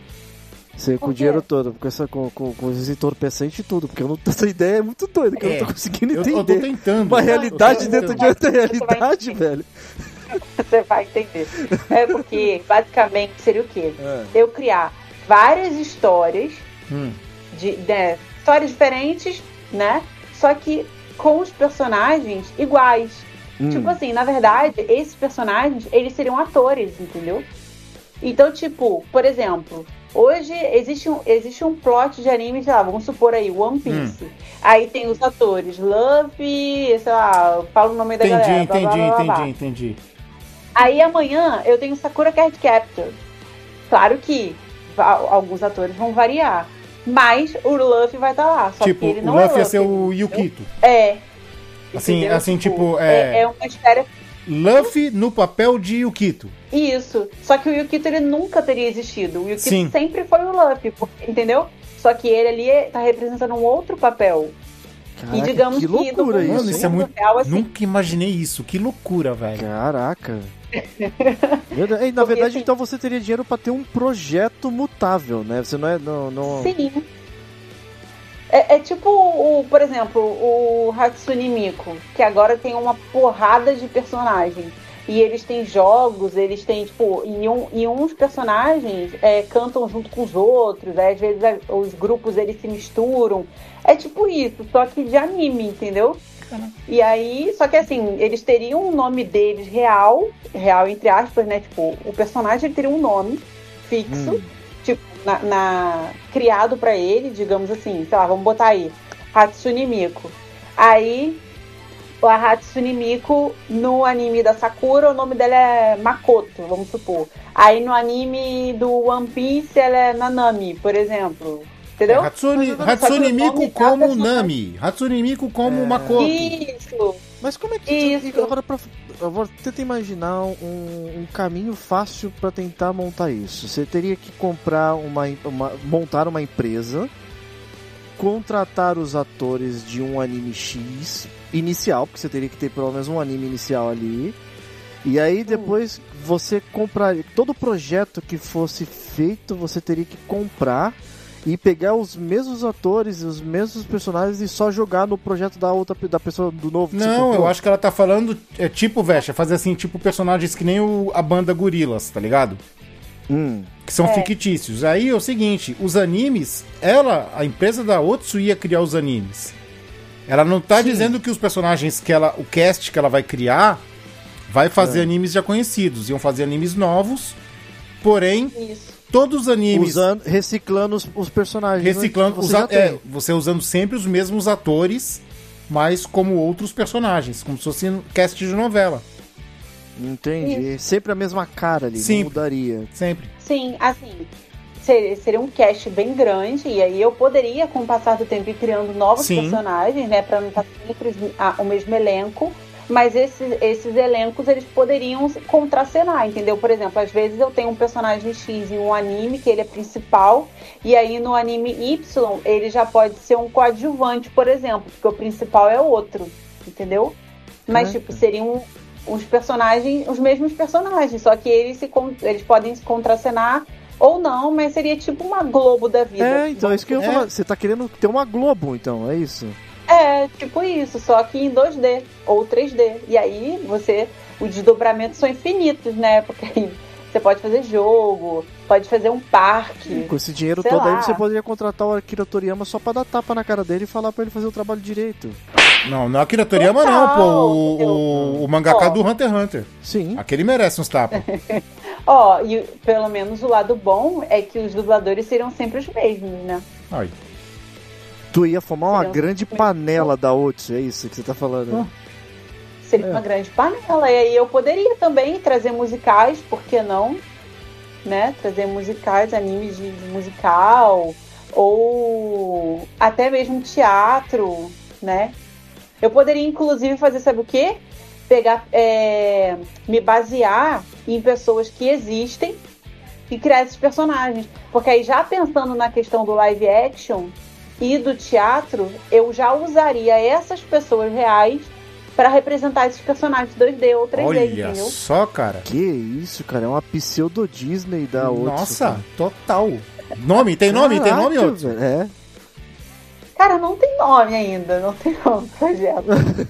Você, com o Por quê? dinheiro todo, com, essa, com, com, com os entorpecentes e tudo, porque eu não, essa ideia é muito doida, que eu É. não tô conseguindo Eu, entender. eu tô tentando. Uma realidade Eu tô dentro tentando. de outra Você vai realidade, entender. velho. você vai entender. É porque, basicamente, seria o quê? É. Eu criar várias histórias, Hum. de, né, histórias diferentes, né? Só que com os personagens iguais. Hum. Tipo assim, na verdade, esses personagens, eles seriam atores, entendeu? Então, tipo, por exemplo, hoje existe um, existe um plot de anime, sei lá, vamos supor aí, One Piece. Aí tem os atores Luffy, sei lá, fala o nome da Entendi, galera. blá, blá, entendi, blá, blá, blá. entendi, entendi. Aí amanhã eu tenho Sakura Card Captor. Claro que va- alguns atores vão variar. Mas o Luffy vai estar lá. Só Tipo, que ele o não Luffy é ia ser Luffy, o entendeu? Yukito. É. Assim, Entendeu? assim, tipo, é- é... é uma história. Luffy no papel de Yukito. Isso. Só que o Yukito ele nunca teria existido. O Yukito Sim. sempre foi o Luffy, porque- entendeu? Só que ele ali tá representando um outro papel. Caraca, e digamos que que, loucura no isso, Mano, mundo isso é muito. real, assim, Nunca imaginei isso. Que loucura, velho. Caraca. Meu Deus. Ei, na Porque, verdade, assim- então você teria dinheiro pra ter um projeto mutável, né? Você não é... Não, não... Sim. É, é tipo, o, por exemplo, o Hatsune Miku, que agora tem uma porrada de personagens. E eles têm jogos, eles têm, tipo, e, um, e uns personagens é, cantam junto com os outros, aí, às vezes é, os grupos eles se misturam. É tipo isso, só que de anime, entendeu? E aí, só que assim, eles teriam um nome deles real, real entre aspas, né? Tipo, o personagem ele teria um nome fixo, Hum. tipo, na, na- criado pra ele, digamos assim, sei lá, vamos botar aí, Hatsune Miku. Aí, a Hatsune Miku, no anime da Sakura, o nome dela é Makoto, vamos supor. Aí no anime do One Piece, ela é Nanami, por exemplo. Entendeu? Hatsune, Só que o Hatsune nome Miku da como personagem- Nami. Hatsune Miku como Makoto. Isso! Mas como é que... Isso. Agora, pra... Agora, tenta imaginar um, um caminho fácil pra tentar montar isso. Você teria que comprar uma, uma... montar uma empresa, contratar os atores de um anime X inicial, porque você teria que ter pelo menos um anime inicial ali. E aí depois você compraria... Todo projeto que fosse feito, você teria que comprar e pegar os mesmos atores, os mesmos personagens e só jogar no projeto da outra da pessoa do novo. que você Não, comprou. eu acho que ela tá falando, é tipo, Vexa, fazer assim, tipo personagens que nem o, a banda Gorilas, tá ligado? Hum. Que são É. fictícios. Aí é o seguinte, os animes, ela, a empresa da Otsu ia criar os animes. Ela não tá Sim. dizendo que os personagens que ela, o cast que ela vai criar vai fazer É. animes já conhecidos. Iam fazer animes novos, porém, Isso. todos os animes... Usando, reciclando os, os personagens. reciclando, que você usa- já tem. é, você usando sempre os mesmos atores, mas como outros personagens, como se fosse um cast de novela. Entendi. Sempre a mesma cara ali, Sim. não mudaria. Sempre. Sim, assim, seria, seria um cast bem grande, e aí eu poderia, com o passar do tempo, ir criando novos Sim. personagens, né, pra não estar sempre ah, o mesmo elenco, mas esses, esses elencos, eles poderiam se contracenar, entendeu? Por exemplo, às vezes eu tenho um personagem X em um anime, que ele é principal, e aí no anime Y, ele já pode ser um coadjuvante, por exemplo, porque o principal é outro, entendeu? Mas, Caraca. tipo, seriam os personagens, os mesmos personagens, só que eles, se, con- eles podem se contracenar ou não, mas seria tipo uma Globo da vida. É, então, é isso que eu ia É. falar. Você tá querendo ter uma Globo, então, é isso? É, tipo isso, só que em dois D ou três D. E aí você, os desdobramentos são infinitos, né? Porque aí você pode fazer jogo, pode fazer um parque. Com esse dinheiro Sei todo lá. aí, você poderia contratar o Akira Toriyama só pra dar tapa na cara dele e falar pra ele fazer o trabalho direito. Não, não é Akira Toriyama Total, não, pô. O, entendeu? o, o mangaka Ó. do Hunter x Hunter. Sim. Aquele merece uns tapas. Ó, e pelo menos o lado bom é que os dubladores seriam sempre os mesmos, né? Aí. Tu ia formar uma Seria um- grande panela da Otsu, é isso que você tá falando? Seria É. uma grande panela. E aí eu poderia também trazer musicais, por que não? Né? Trazer musicais, animes de, de musical, ou até mesmo teatro, né? Eu poderia, inclusive, fazer, sabe o quê? Pegar, é, me basear em pessoas que existem e criar esses personagens. Porque aí, já pensando na questão do live action e do teatro, eu já usaria essas pessoas reais para representar esses personagens dois D ou três D, Olha entendeu? só, cara. Que isso, cara, é uma pseudo Disney da Otsu. Nossa, cara. total. Nome? Tem nome? Tem nome, Caraca, outro? velho, É. Cara, não tem nome ainda, não tem nome do projeto.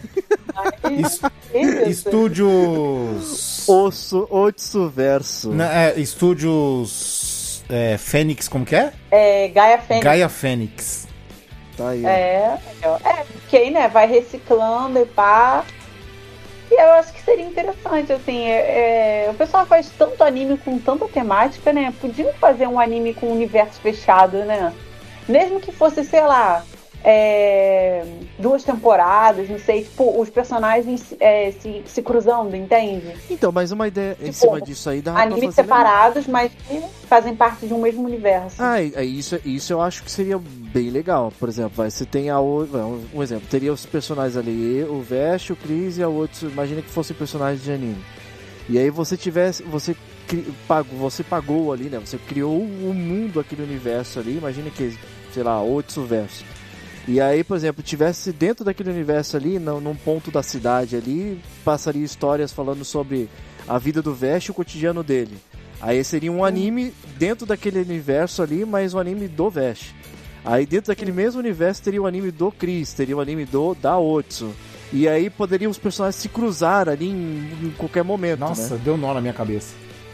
Es- Mas, Estúdios... Osso, Otsu Verso. Na- é, estúdios... É, Fênix, como que é? é, Gaia Fênix. Gaia Fênix. Tá aí. É, é, porque aí, né, vai reciclando e pá. E eu acho que seria interessante, assim, é, é, o pessoal faz tanto anime com tanta temática, né? Podiam fazer um anime com um universo fechado, né? Mesmo que fosse, sei lá, é, duas temporadas, não sei, tipo, os personagens é, se, se cruzando, entende? Então, mas uma ideia em Tipo, cima disso aí dá pra Animes fazer... separados, mas que fazem parte de um mesmo universo. Ah, e- e isso, isso eu acho que seria bem legal. Por exemplo, vai, você tem a O- vai, um, um exemplo, teria os personagens ali, o Vesh, o Chris e a Otsu, imagina que fossem personagens de anime. E aí você tivesse, você cri- pagou, você pagou ali, né? Você criou o mundo, aquele universo ali, imagina que, sei lá, Otsu Verso. E aí, por exemplo, tivesse dentro daquele universo ali, num, num ponto da cidade ali, passaria histórias falando sobre a vida do Vesh e o cotidiano dele. Aí seria um anime dentro daquele universo ali, mas um anime do Vesh. Aí dentro daquele mesmo universo teria o anime do Chris, teria o anime do da Otsu. E aí poderiam os personagens se cruzar ali em, em qualquer momento, Nossa, né? deu nó na minha cabeça.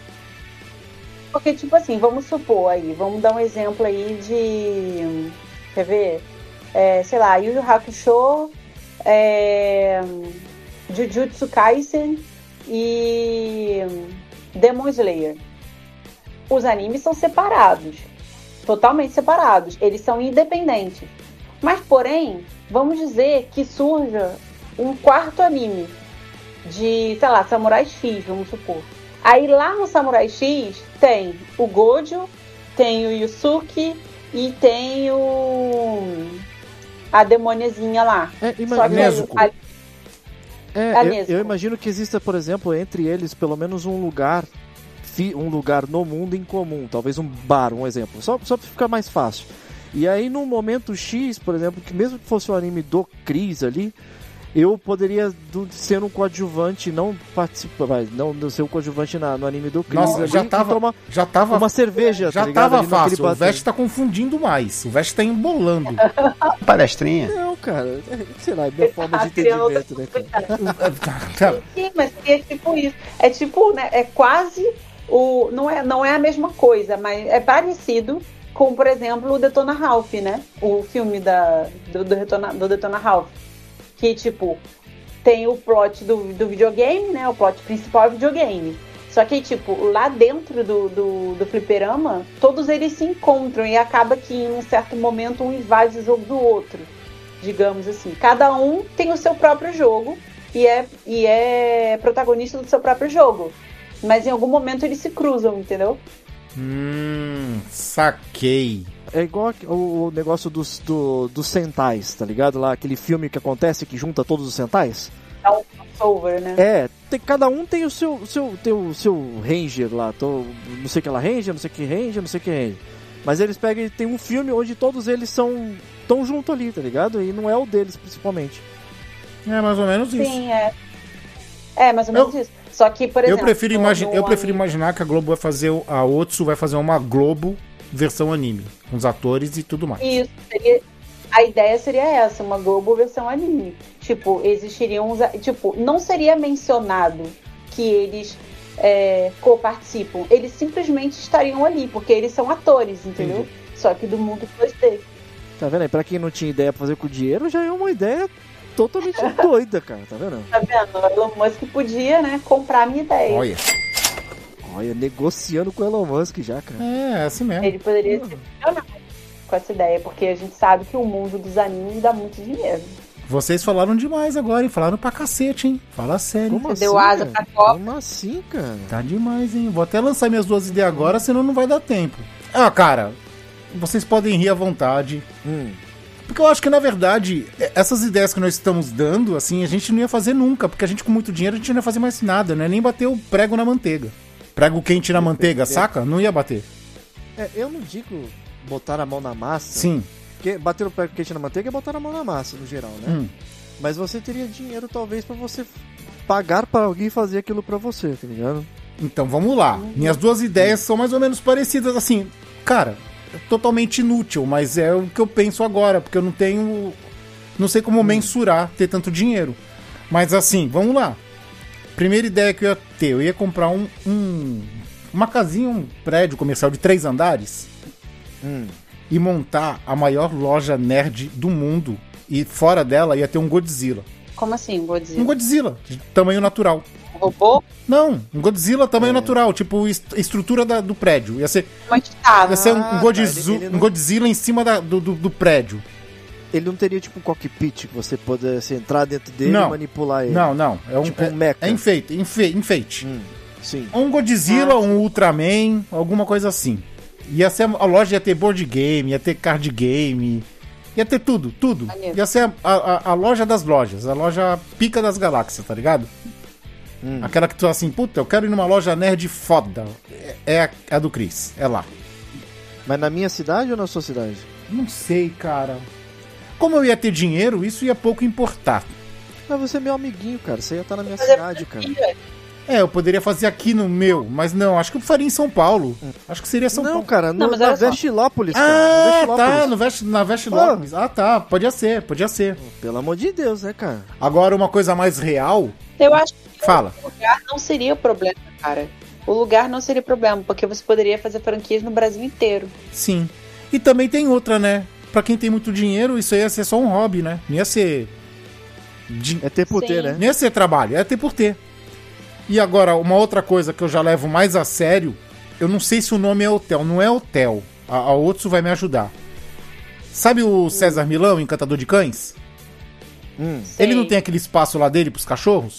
Porque, tipo assim, vamos supor aí, vamos dar um exemplo aí de. Quer ver? É, sei lá, Yu Yu Hakusho, é, Jujutsu Kaisen e Demon Slayer. Os animes são separados, totalmente separados, eles são independentes. Mas, porém, vamos dizer que surja um quarto anime de, sei lá, Samurai X, vamos supor. Aí lá no Samurai X tem o Gojo, tem o Yusuke e tem o... a demôniazinha lá. É, Só que imagina, aí- Nezuko. aí- é, a eu, Nezuko. eu imagino que exista, por exemplo, entre eles pelo menos um lugar, fi- um lugar no mundo em comum, talvez um bar, um exemplo, só, só pra ficar mais fácil. E aí no momento X, por exemplo, que mesmo que fosse o anime do Chris ali, eu poderia do, ser um coadjuvante, não participar, vai, não não ser um coadjuvante na, no anime do Chris Nossa, ali, já e tava, tomar já tava, uma cerveja, já tá ligado? tava Ali naquele fácil. O bar- Vest tá confundindo mais. O Vest tá embolando. Palestrinha. Não, cara, é, sei lá, é minha forma de A criança- entendimento, né, cara? Tá. Sim, mas é tipo isso. É tipo, né? É quase o. Não é, não é a mesma coisa, mas é parecido com, por exemplo, o Detona Ralph, né? O filme da, do, do, Detona, do Detona Ralph. Que, tipo, tem o plot do, do videogame, né? O plot principal é videogame. Só que, tipo, lá dentro do, do, do fliperama, todos eles se encontram e acaba que em um certo momento um invade o jogo do outro, digamos assim. Cada um tem o seu próprio jogo e é, e é protagonista do seu próprio jogo. Mas em algum momento eles se cruzam, entendeu? Hum, saquei. É igual o, o negócio dos, do, dos Sentais, tá ligado? Lá, aquele filme que acontece que junta todos os Sentais. É um crossover, né? É, tem, cada um tem o seu, seu, tem o seu Ranger lá. Tô, não sei que ela Ranger, não sei que Ranger, não sei que Ranger. Mas eles pegam e tem um filme onde todos eles são tão junto ali, tá ligado? E não é o deles, principalmente. É mais ou menos isso. Sim, é. É, mais ou menos eu, isso. Só que, por exemplo... Eu prefiro, imagi- no, eu no prefiro anime... imaginar que a Globo vai fazer... A Otsu vai fazer uma Globo versão anime. Com os atores e tudo mais. Isso, seria... A ideia seria essa, uma Globo versão anime. Tipo, existiriam uns... Tipo, não seria mencionado que eles é, co-participam. Eles simplesmente estariam ali, porque eles são atores, entendeu? Entendi. Só que do mundo dois D. Tá vendo aí? Pra quem não tinha ideia pra fazer com o dinheiro, já é uma ideia totalmente doida, cara. Tá vendo? Tá vendo? O Elon Musk podia, né, comprar a minha ideia. Olha. Olha, negociando com o Elon Musk já, cara. É, assim mesmo. Ele poderia ser milionário com essa ideia, porque a gente sabe que o mundo dos animes dá muito dinheiro. Vocês falaram demais agora, hein? Falaram pra cacete, hein? Fala sério. Como assim, deu asa pra Copa. Como assim, cara? Tá demais, hein? Vou até lançar minhas duas ideias agora, senão não vai dar tempo. Ah, cara, vocês podem rir à vontade. Hum. Porque eu acho que, na verdade, essas ideias que nós estamos dando, assim, a gente não ia fazer nunca. Porque a gente, com muito dinheiro, a gente não ia fazer mais nada, né? Nem bater o prego na manteiga. Prego quente na manteiga, saca? Não ia bater. É, eu não digo botar a mão na massa. Sim. Porque bater o prego quente na manteiga é botar a mão na massa, no geral, né? Hum. Mas você teria dinheiro, talvez, pra você pagar pra alguém fazer aquilo pra você, tá ligado? Então, vamos lá. Minhas duas ideias são mais ou menos parecidas, assim. Cara, é totalmente inútil, mas é o que eu penso agora, porque eu não tenho... Não sei como hum. mensurar ter tanto dinheiro. Mas, assim, vamos lá. Primeira ideia que eu ia ter, eu ia comprar um... um uma casinha, um prédio comercial de três andares... Hum. E montar a maior loja nerd do mundo. E fora dela ia ter um Godzilla. Como assim, um Godzilla? Um Godzilla, de tamanho natural. Um robô? Não, um Godzilla tamanho é. natural, tipo est- estrutura da, do prédio. Ia ser, ah, ia ser um, um, Godzilla, tá, ele, ele não... um Godzilla em cima da, do, do, do prédio. Ele não teria tipo um cockpit que você pudesse entrar dentro dele não. e manipular ele? Não, não. É um, tipo é, um mecha. É enfeite, enfe, enfeite. Hum, sim. Um Godzilla, ah, um Ultraman, alguma coisa assim. Ia ser, a loja ia ter board game, ia ter card game, ia ter tudo, tudo. Valeu. Ia ser a, a, a loja das lojas, a loja pica das galáxias, tá ligado? Hum. Aquela que tu assim, puta, eu quero ir numa loja nerd foda. É, é a, é a do Chris, é lá. Mas na minha cidade ou na sua cidade? Não sei, cara. Como eu ia ter dinheiro, isso ia pouco importar. Mas você é meu amiguinho, cara, você ia estar na minha Mas cidade, é cara. É, eu poderia fazer aqui no meu, mas não, acho que eu faria em São Paulo. Acho que seria São não, Paulo. Cara, no, não, cara, na Vestilópolis, cara. Ah, Vestilópolis. tá, no Vest, na Vestilópolis. Ah. ah, tá, podia ser, podia ser. Pelo amor de Deus, né, cara? Agora, uma coisa mais real... Eu acho que Fala. o lugar não seria o problema, cara. O lugar não seria o problema, porque você poderia fazer franquias no Brasil inteiro. Sim. E também tem outra, né? Pra quem tem muito dinheiro, isso aí ia ser só um hobby, né? Não ia ser... Din... É ter por Sim. ter, né? Não ia ser trabalho, ia ter por ter. E agora, uma outra coisa que eu já levo mais a sério, eu não sei se o nome é hotel, não é hotel. A, a Otsu vai me ajudar. Sabe o César Milão, Encantador de Cães? Hum. Ele não tem aquele espaço lá dele pros cachorros?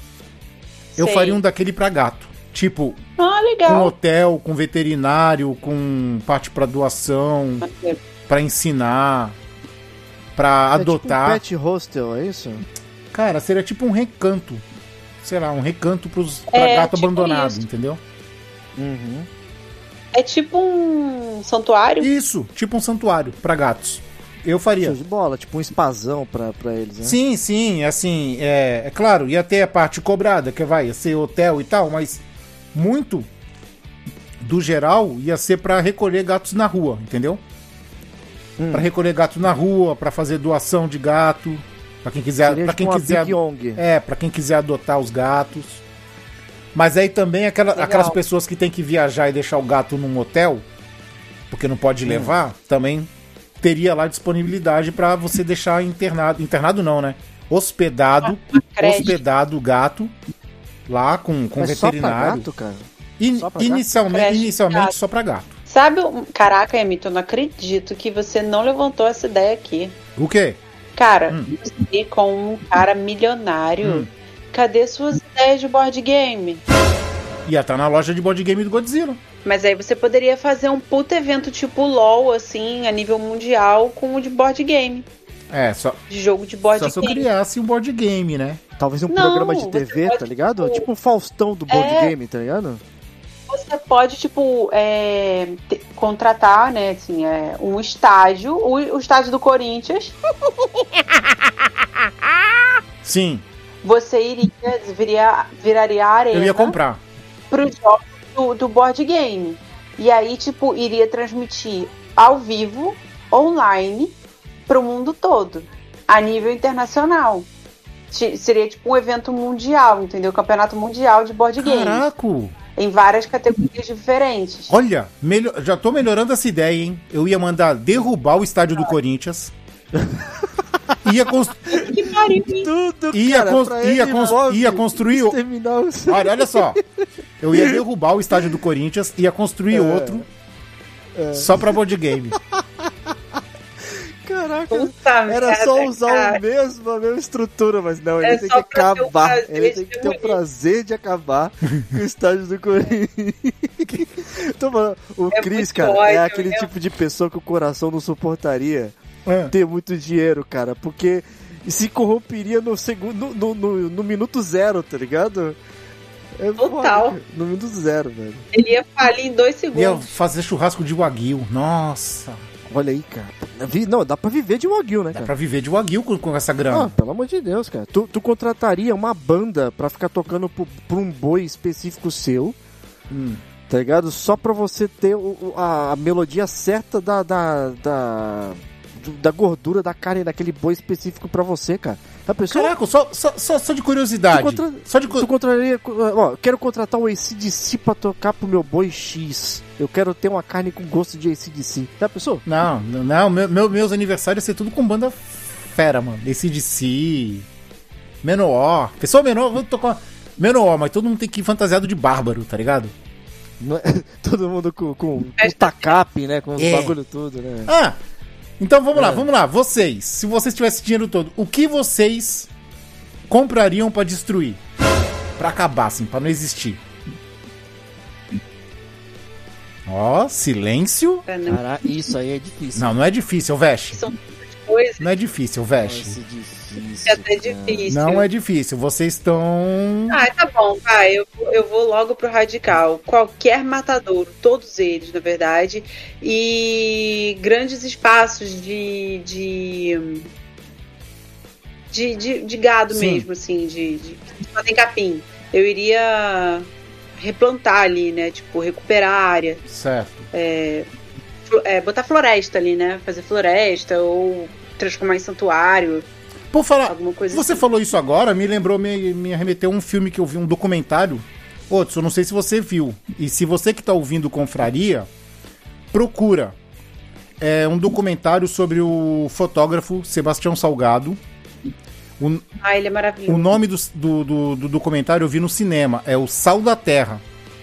Eu Sei. faria um daquele pra gato. Tipo, ah, legal. com hotel, com veterinário, com parte pra doação, pra ensinar, pra é adotar. Tipo um pet hostel, é isso? Cara, seria tipo um recanto. Sei lá, um recanto pros, pra é, gato tipo abandonado, isso. entendeu? Uhum. É tipo um santuário? Isso, tipo um santuário pra gatos. Eu faria. Show de bola, tipo um spazão pra, pra eles, né? Sim, sim, assim, é, é claro, ia ter a parte cobrada, que vai ia ser hotel e tal, mas muito do geral ia ser pra recolher gatos na rua, entendeu? Hum. Pra recolher gatos na rua, pra fazer doação de gato, pra quem quiser, Seria pra tipo quem quiser, é, pra quem quiser adotar os gatos. Mas aí também aquela, aquelas pessoas que tem que viajar e deixar o gato num hotel, porque não pode hum. levar, também teria lá disponibilidade pra você deixar internado, internado não, né? hospedado, Creche. hospedado o gato lá com, com Mas só pra veterinário. gato, cara? In- Só pra gato? inicialmente, Creche, inicialmente gato. só pra gato. Sabe, um- caraca, Emito, eu não acredito que você não levantou essa ideia aqui. O quê? Cara, Hum. você com um cara milionário, Hum. cadê suas ideias de board game? Ia estar na loja de board game do Godzilla. Mas aí você poderia fazer um puta evento tipo LOL, assim, a nível mundial, com o de board game. É, só, De jogo de board só se eu game. criasse um board game, né? Talvez um Não, programa de T V, você tá pode, ligado? tipo- Tipo o Faustão do board É. game, tá ligado? Você pode, tipo, é, te- contratar, né, assim, é, um estágio, o, o estágio do Corinthians. Sim, Você iria, viria, viraria a arena eu ia comprar. pro jogo do, do board game. E aí, tipo, iria transmitir ao vivo, online, pro mundo todo, a nível internacional. Ti- Seria tipo um evento mundial, entendeu? Campeonato mundial de board game. Caraca! Em várias categorias diferentes. Olha, melhor, já tô melhorando essa ideia, hein? Eu ia mandar derrubar o estádio do Corinthians. Ia, cons- Que pariu, hein? Tudo, ia, cara, cons- pra ia, ele cons- envolve ia construir. o- exterminar o... Olha, olha só. Eu ia derrubar o estádio do Corinthians, ia construir É. outro só pra board game. Caraca, Puta era só merda, usar cara. o mesmo, a mesma estrutura, mas não, ele É tem que só pra ter o acabar. prazer Ele de tem que ter o demolir. prazer de acabar com o estádio do Corinthians. Então, mano, o É Cris, muito cara, é ódio, aquele meu. tipo de pessoa que o coração não suportaria É. ter muito dinheiro, cara, porque se corromperia no segundo, no, no, no- no minuto zero, tá ligado? É foda, Total. cara. No minuto zero, velho. Ele ia falir em dois Ia segundos. fazer churrasco de Wagyu. Nossa. Olha aí, cara. Vi- Não, dá pra viver de Wagyu, né, Dá cara? pra viver de Wagyu com, com essa Ah, grana. pelo amor de Deus, cara. Tu, tu contrataria uma banda pra ficar tocando pro, pra um boi específico seu, Hum. tá ligado? Só pra você ter o- o- a, a melodia certa da, da, da, do- da gordura da carne daquele boi específico pra você, cara. A pessoa... Caraca, só, só, só, só de curiosidade. Tu contra- Só de cu- Tu contrataria... Ó, quero contratar um A C D C pra tocar pro meu boi X. Eu quero ter uma carne com gosto de A C D C. Já pensou? Não, não, não, meu, meu- meus aniversários ia ser tudo com banda fera, mano. A C D C, Menor. Pessoal Menor, vou tocar Menor, mas todo mundo tem que ir fantasiado de bárbaro, tá ligado? Não é- Todo mundo com, com, com tacape, né? Com os É. bagulho tudo, né? Ah, então vamos lá, É. vamos lá. Vocês, se vocês tivessem dinheiro todo, o que vocês comprariam pra destruir? Pra acabar, assim, pra não existir. Ó, silêncio. Pra não- Caraca, isso aí é difícil. Não, não é difícil, Veste. São muitas coisas. Não é difícil, Vai Veste. ser difícil. É até cara. difícil. Não é difícil. Vocês estão. Ah, tá bom, vai. Eu, vou- eu vou logo pro radical. Qualquer matadouro, todos eles, na verdade. E grandes espaços de. de. de, de, de gado Sim. mesmo, assim, de. de que só tem capim. Eu iria replantar ali, né? Tipo, recuperar a área. Certo. Flo- é, botar floresta ali, né? Fazer floresta ou transformar em santuário, Por falar. alguma coisa Você assim. falou isso agora, me lembrou, me, me arremeteu um filme que eu vi, um documentário. Outros, eu não sei se você viu. E se você que tá ouvindo Confraria, procura. É um documentário sobre o fotógrafo Sebastião Salgado. O, Ah, ele é maravilhoso. o nome do, do, do, do documentário eu vi no cinema. É o Sal da Terra.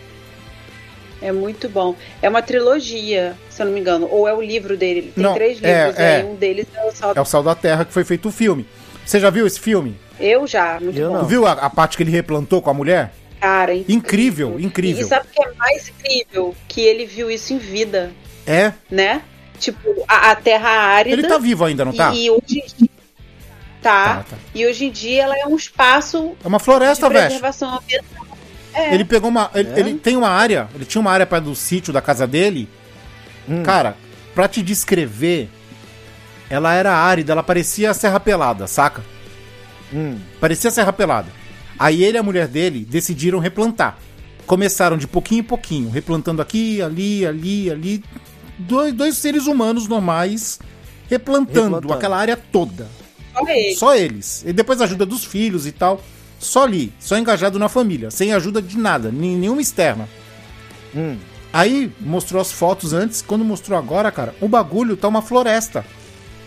É muito bom. É uma trilogia, se eu não me engano. Ou é o livro dele. Ele tem Não, três é, livros. é. E aí um deles é o Salto. É o Sal da Terra que foi feito o filme. Você já viu esse filme? Eu já, muito Eu bom. não. Viu a, a parte que ele replantou com a mulher? Cara, Incrível, incrível. E sabe o que é mais incrível? Que ele viu isso em vida, É. né? Tipo, a, a terra árida. Ele tá vivo ainda, não tá? E, e hoje em dia. Tá, Tá, tá. E hoje em dia ela é um espaço É uma de floresta, velho. preservação ambiental. É. Ele pegou uma. Ele, É? ele tem uma área. Ele tinha uma área perto do sítio da casa dele. Hum. Cara, pra te descrever, ela era árida, ela parecia a Serra Pelada, saca? Hum. Parecia a Serra Pelada. Aí ele e a mulher dele decidiram replantar. Começaram de pouquinho em pouquinho, replantando aqui, ali, ali, ali. Dois, dois seres humanos normais replantando, Replantando. aquela área toda. Só ele. Só eles. E depois a ajuda dos filhos e tal. Só ali, só engajado na família, sem ajuda de nada, nem- nenhuma externa. Hum. Aí mostrou as fotos antes, quando mostrou agora, cara, o bagulho tá uma floresta.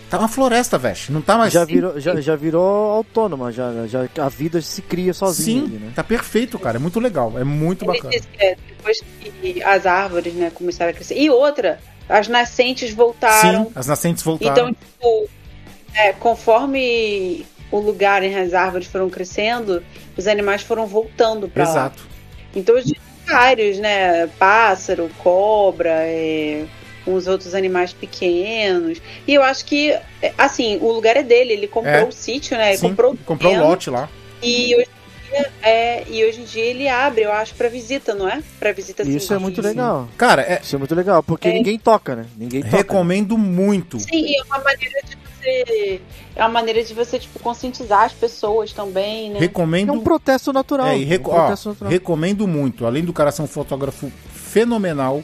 Tá uma floresta, velho. Não tá mais... Já virou, já, já virou autônoma, já, já, a vida se cria sozinha. Sim, ali, né? tá perfeito, cara. É muito legal, é muito Ele bacana. disse que é, depois que as árvores, né, começaram a crescer. E outra, as nascentes voltaram. Sim, as nascentes voltaram. Então, tipo, é, conforme o lugar em as árvores foram crescendo, os animais foram voltando pra lá. Exato. Então, os vários, né? Pássaro, cobra, é, uns outros animais pequenos. E eu acho que, assim, o lugar é dele. Ele comprou É. o sítio, né? Ele Sim, comprou, comprou o terreno, lote lá. E hoje, em dia, é, e hoje em dia ele abre, eu acho, pra visita, não é? Pra visita assim. Isso é muito de- legal. Cara, é, Isso é muito legal, porque É. ninguém toca, né? Ninguém toca. recomendo muito. Sim, e é uma maneira de você. É uma maneira de você, tipo, conscientizar as pessoas também, né? É Recomendo. um protesto natural. É, e reco- um ó, protesto natural. recomendo muito. Além do cara ser um fotógrafo fenomenal.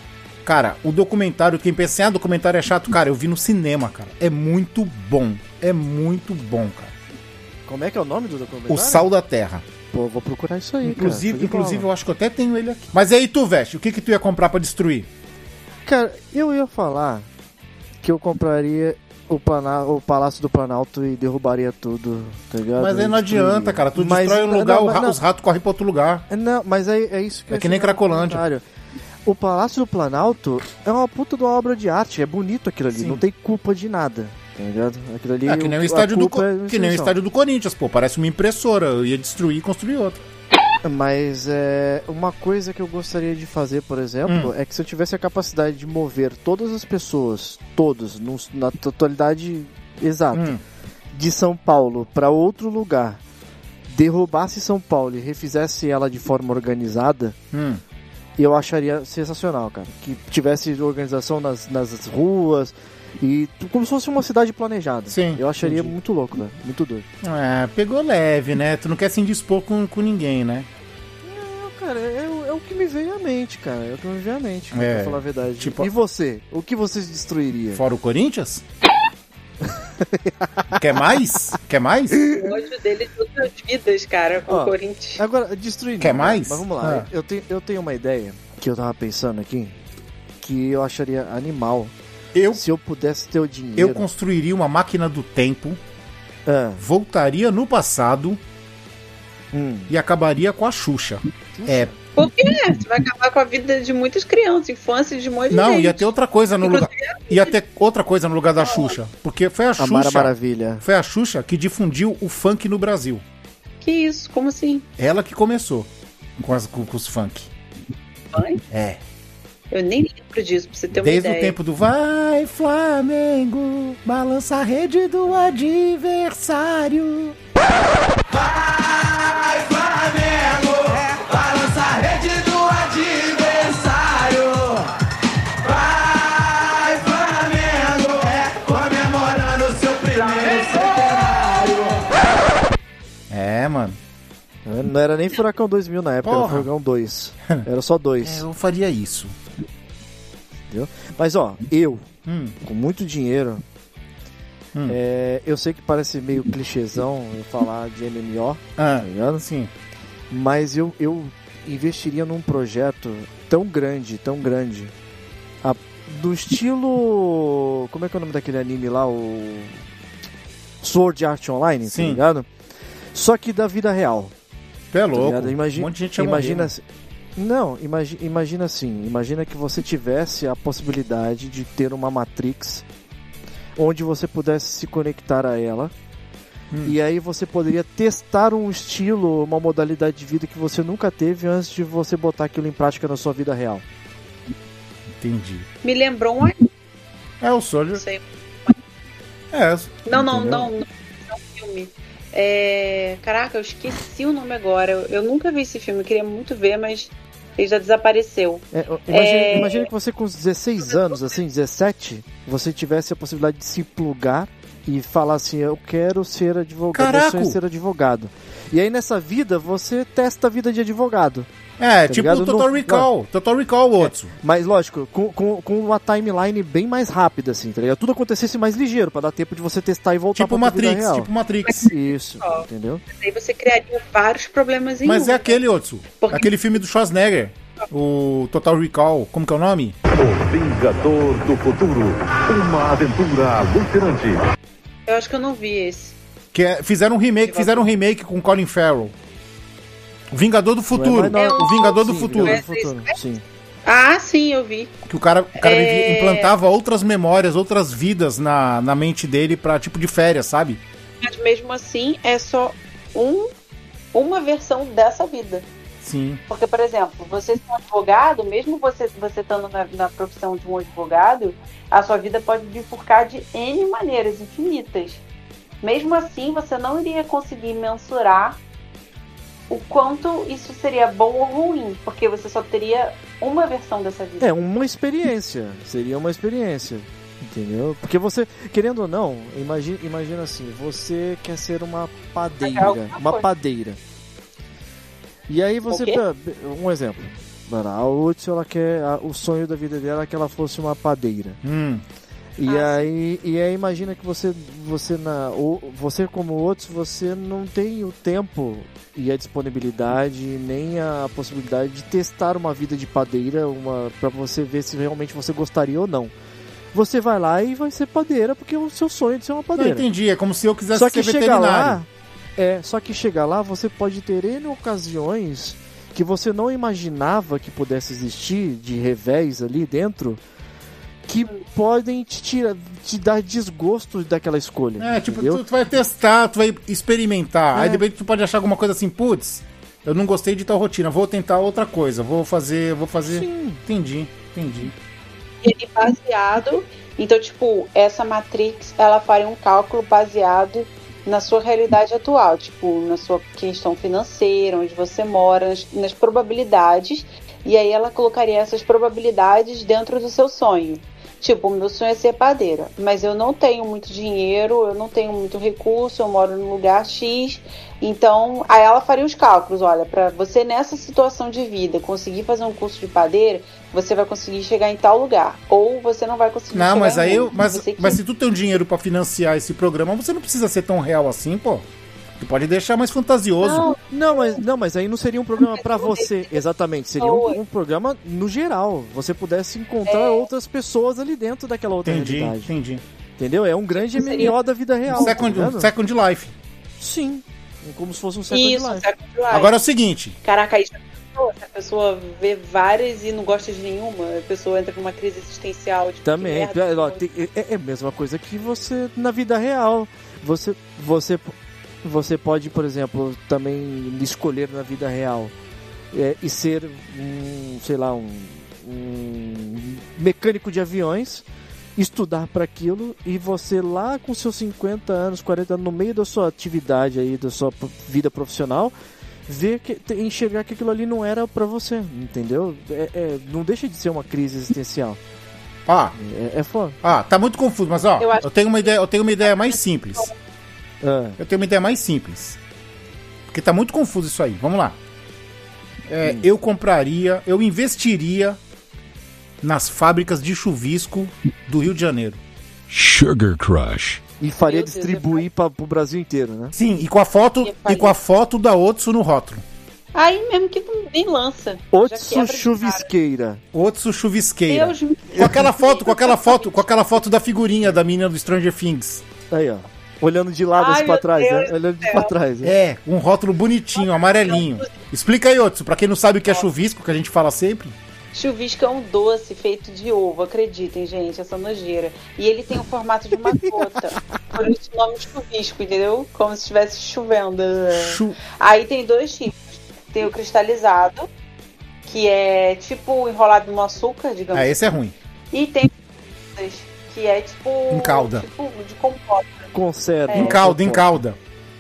Cara, o documentário, quem pensa, ah, documentário é chato, cara, eu vi no cinema, cara. É muito bom. É muito bom, cara. Como é que é o nome do documentário? O Sal da Terra. Pô, vou procurar isso aí, Inclusive, cara. inclusive eu acho que eu até tenho ele aqui. Mas aí tu, Veste, o que que tu ia comprar pra destruir? Cara, eu ia falar que eu compraria o, Plana... o Palácio do Planalto e derrubaria tudo, tá ligado? Mas aí não Destruiria. adianta, cara. Tu Mas- destrói um não, lugar, não, o ra- não. os ratos correm pra outro lugar. Não, mas é, é isso que É eu que nem ia falar no Cracolândia. comentário. O Palácio do Planalto é uma puta de uma obra de arte, é bonito aquilo ali, Sim. não tem culpa de nada, tá ligado? Aquilo ali, É que nem o a estádio do, culpa Co- é que nem o instituição. estádio do Corinthians, pô. Parece uma impressora. Eu ia destruir e construir outra. Mas é, uma coisa que eu gostaria de fazer, por exemplo, Hum. é que se eu tivesse a capacidade de mover todas as pessoas, todos, num- na totalidade exata, Hum. de São Paulo para outro lugar, derrubasse São Paulo e refizesse ela de forma organizada, Hum. eu acharia sensacional, cara. Que tivesse organização nas, nas ruas e t- como se fosse uma cidade planejada. Sim, Eu acharia entendi. muito louco, velho. Muito doido. É, pegou leve, né? Tu não quer se indispor com, com ninguém, né? Não, cara, é, o- é o que me veio à mente, cara. É o que me veio à mente, cara, É, pra falar a verdade. tipo- E você? O que você destruiria? Fora o Corinthians? Quer mais? Quer mais? O ódio dele de outras vidas, cara, com Ó, o Corinthians. Agora, destruir. Quer não, mais? Mas vamos lá. Ah. Eu, tenho, eu tenho uma ideia que eu tava pensando aqui que eu acharia animal Eu, se eu pudesse ter o dinheiro. eu construiria uma máquina do tempo, Ah, voltaria no passado hum. e acabaria com a Xuxa. É, Por quê? Você vai acabar com a vida de muitas crianças, infância de um monte de não, gente. ia ter outra coisa no lugar. Ia ter outra coisa no lugar da Xuxa. Porque foi a A Mara Xuxa. Maravilha. Foi a Xuxa que difundiu o funk no Brasil. Que isso? Como assim? Ela que começou com, as, com, com os funk. Vai? É. Eu nem lembro disso, pra você ter uma Desde ideia. o tempo do Vai Flamengo, balança a rede do adversário. É, mano. Não era nem Furacão dois mil na época, Porra. era Furacão dois. Era só dois. É, eu faria isso. Mas ó, eu, Hum, com muito dinheiro, Hum. é, eu sei que parece meio clichêzão eu falar de M M O, ah, tá ligado? sim. Mas eu, eu investiria num projeto tão grande, tão grande, a- do estilo... Como é que é o nome daquele anime lá? O Sword Art Online, tá Sim. ligado? Só que da vida real. Tu é louco. ligado? Imagi- um monte de gente ia imagina morrer, assim- Não, imagi- imagina assim, imagina que você tivesse a possibilidade de ter uma Matrix onde você pudesse se conectar a ela Hum. e aí você poderia testar um estilo, uma modalidade de vida que você nunca teve antes de você botar aquilo em prática na sua vida real. Entendi. Me lembrou um anime, É o não Soldier. sei. É. Não, não, entendeu? não, não. É um filme. É... Caraca, eu esqueci o nome agora. Eu, eu nunca vi esse filme, eu queria muito ver, mas ele já desapareceu. É, ó, imagina, É. imagina que você com os dezesseis anos, assim, dezessete, você tivesse a possibilidade de se plugar e falar assim, eu quero ser advogado, meu Caraca! sonho é ser advogado. E aí nessa vida você testa a vida de advogado. É, Tá tipo ligado? o Total No- Recall. Total Recall, Otsu. Mas lógico, com, com, com uma timeline bem mais rápida, assim, tá ligado? Tudo acontecesse mais ligeiro, pra dar tempo de você testar e voltar Tipo pra tua vida Matrix, real. tipo Matrix. Isso, entendeu? Mas aí você criaria vários problemas em Mas um. é aquele, Otsu. Porque- Aquele filme do Schwarzenegger. o Total Recall, como que é o nome? O Vingador do Futuro, uma aventura alucinante. Eu acho que eu não vi esse. Que é, fizeram um remake, fizeram um remake com Colin Farrell. O Vingador do Futuro. Não é, o Vingador do sim, Futuro. Vingador do Futuro. Sim. Ah, sim, eu vi. Que o cara, o cara É. vivia- implantava outras memórias, outras vidas na, na mente dele pra tipo de férias, sabe? Mas mesmo assim, é só um, uma versão dessa vida. Sim. Porque, por exemplo, você ser um advogado, mesmo você você estando na, na profissão de um advogado, a sua vida pode bifurcar de N maneiras infinitas. Mesmo assim, você não iria conseguir mensurar o quanto isso seria bom ou ruim, porque você só teria uma versão dessa vida. É, uma experiência. Seria uma experiência. Entendeu? Porque você, querendo ou não, imagina, imagina assim, você quer ser uma padeira. alguma Uma coisa. padeira. E aí você. O quê? Um exemplo. Mano, a Hudson, ela quer. a- o sonho da vida dela é que ela fosse uma padeira. Hum. E Ah, aí, e aí imagina que você, você na, ou, você como outros, você não tem o tempo e a disponibilidade nem a possibilidade de testar uma vida de padeira, uma para você ver se realmente você gostaria ou não. Você vai lá e vai ser padeira porque é o seu sonho é de ser uma Não padeira. entendi, é como se eu quisesse Só que ser chega veterinário. lá, é, só que chegar lá você pode ter N ocasiões que você não imaginava que pudesse existir de revés ali dentro, que podem te, tirar, te dar desgosto daquela escolha. É, tipo, entendeu? tu, tu vai testar, tu vai experimentar. É. Aí de repente tu pode achar alguma coisa assim, putz, eu não gostei de tal rotina, vou tentar outra coisa, vou fazer, vou fazer. Sim. Entendi, entendi. Ele baseado. Então, tipo, essa Matrix, ela faria um cálculo baseado na sua realidade atual, tipo, na sua questão financeira, onde você mora, nas, nas probabilidades, e aí ela colocaria essas probabilidades dentro do seu sonho. Tipo, o meu sonho é ser padeira, mas eu não tenho muito dinheiro, eu não tenho muito recurso, eu moro num lugar X, então aí ela faria os cálculos, olha, para você nessa situação de vida conseguir fazer um curso de padeira, você vai conseguir chegar em tal lugar, ou você não vai conseguir Não, chegar mas em aí eu, nenhum. mas, Você que- mas se tu tem um dinheiro pra financiar esse programa, você não precisa ser tão real assim, pô. Tu pode deixar mais fantasioso. Não, Não, mas, não, mas aí não seria um programa pra você, exatamente. Seria um, um programa no geral. Você pudesse encontrar outras pessoas ali dentro daquela outra entendi, realidade. entendi. Entendeu? É um grande M M O da vida real. Um second, tá um vendo? second Life. Sim. Como se fosse um second Isso, life. Second Life. Agora é o seguinte, Caraca, aí já pensou? Se a pessoa vê várias e não gosta de nenhuma, a pessoa entra numa crise existencial. Tipo, Também, que merda, ó, tem- é, é a mesma coisa que você na vida real. Você, você, você pode, por exemplo, também escolher na vida real é, e ser um, sei lá, um, um mecânico de aviões, estudar para aquilo e você lá com seus cinquenta anos, quarenta anos, no meio da sua atividade aí, da sua vida profissional, ver que te- enxergar que aquilo ali não era para você, entendeu? É, é, não deixa de ser uma crise existencial. ó, É, é foda. ó, tá muito confuso, mas ó, Eu acho- eu tenho uma ideia, eu tenho uma ideia mais simples. Ah, Eu tenho uma ideia mais simples. Porque tá muito confuso isso aí. Vamos lá. É, eu compraria, eu investiria nas fábricas de chuvisco do Rio de Janeiro. Sugar Crush. e faria Meu Deus, distribuir para o Brasil inteiro, né? Sim, e com a foto, Eu e faria. com a foto da Otsu no rótulo. Aí mesmo que não- nem lança. Já Otsu quebra de chuvisqueira. Otsu cara. chuvisqueira. Deus me... Com aquela foto, com aquela foto, com aquela foto da figurinha da menina do Stranger Things. Aí, ó. Olhando de lado Ai, assim pra meu trás, Deus né? do Olhando de céu. pra trás. Né? É, um rótulo bonitinho, amarelinho. Explica aí, Otsu, pra quem não sabe o que é chuvisco, que a gente fala sempre. Chuvisco é um doce feito de ovo, acreditem, gente, essa nojeira. E ele tem o formato de uma gota. Por isso o nome chuvisco, entendeu? Como se estivesse chovendo. Chu... Aí tem dois tipos. Tem o cristalizado, que é tipo enrolado no açúcar, digamos. Ah, esse é ruim. E tem que é tipo. Em calda. Tipo de compota. Conserva. É. Em calda, em calda.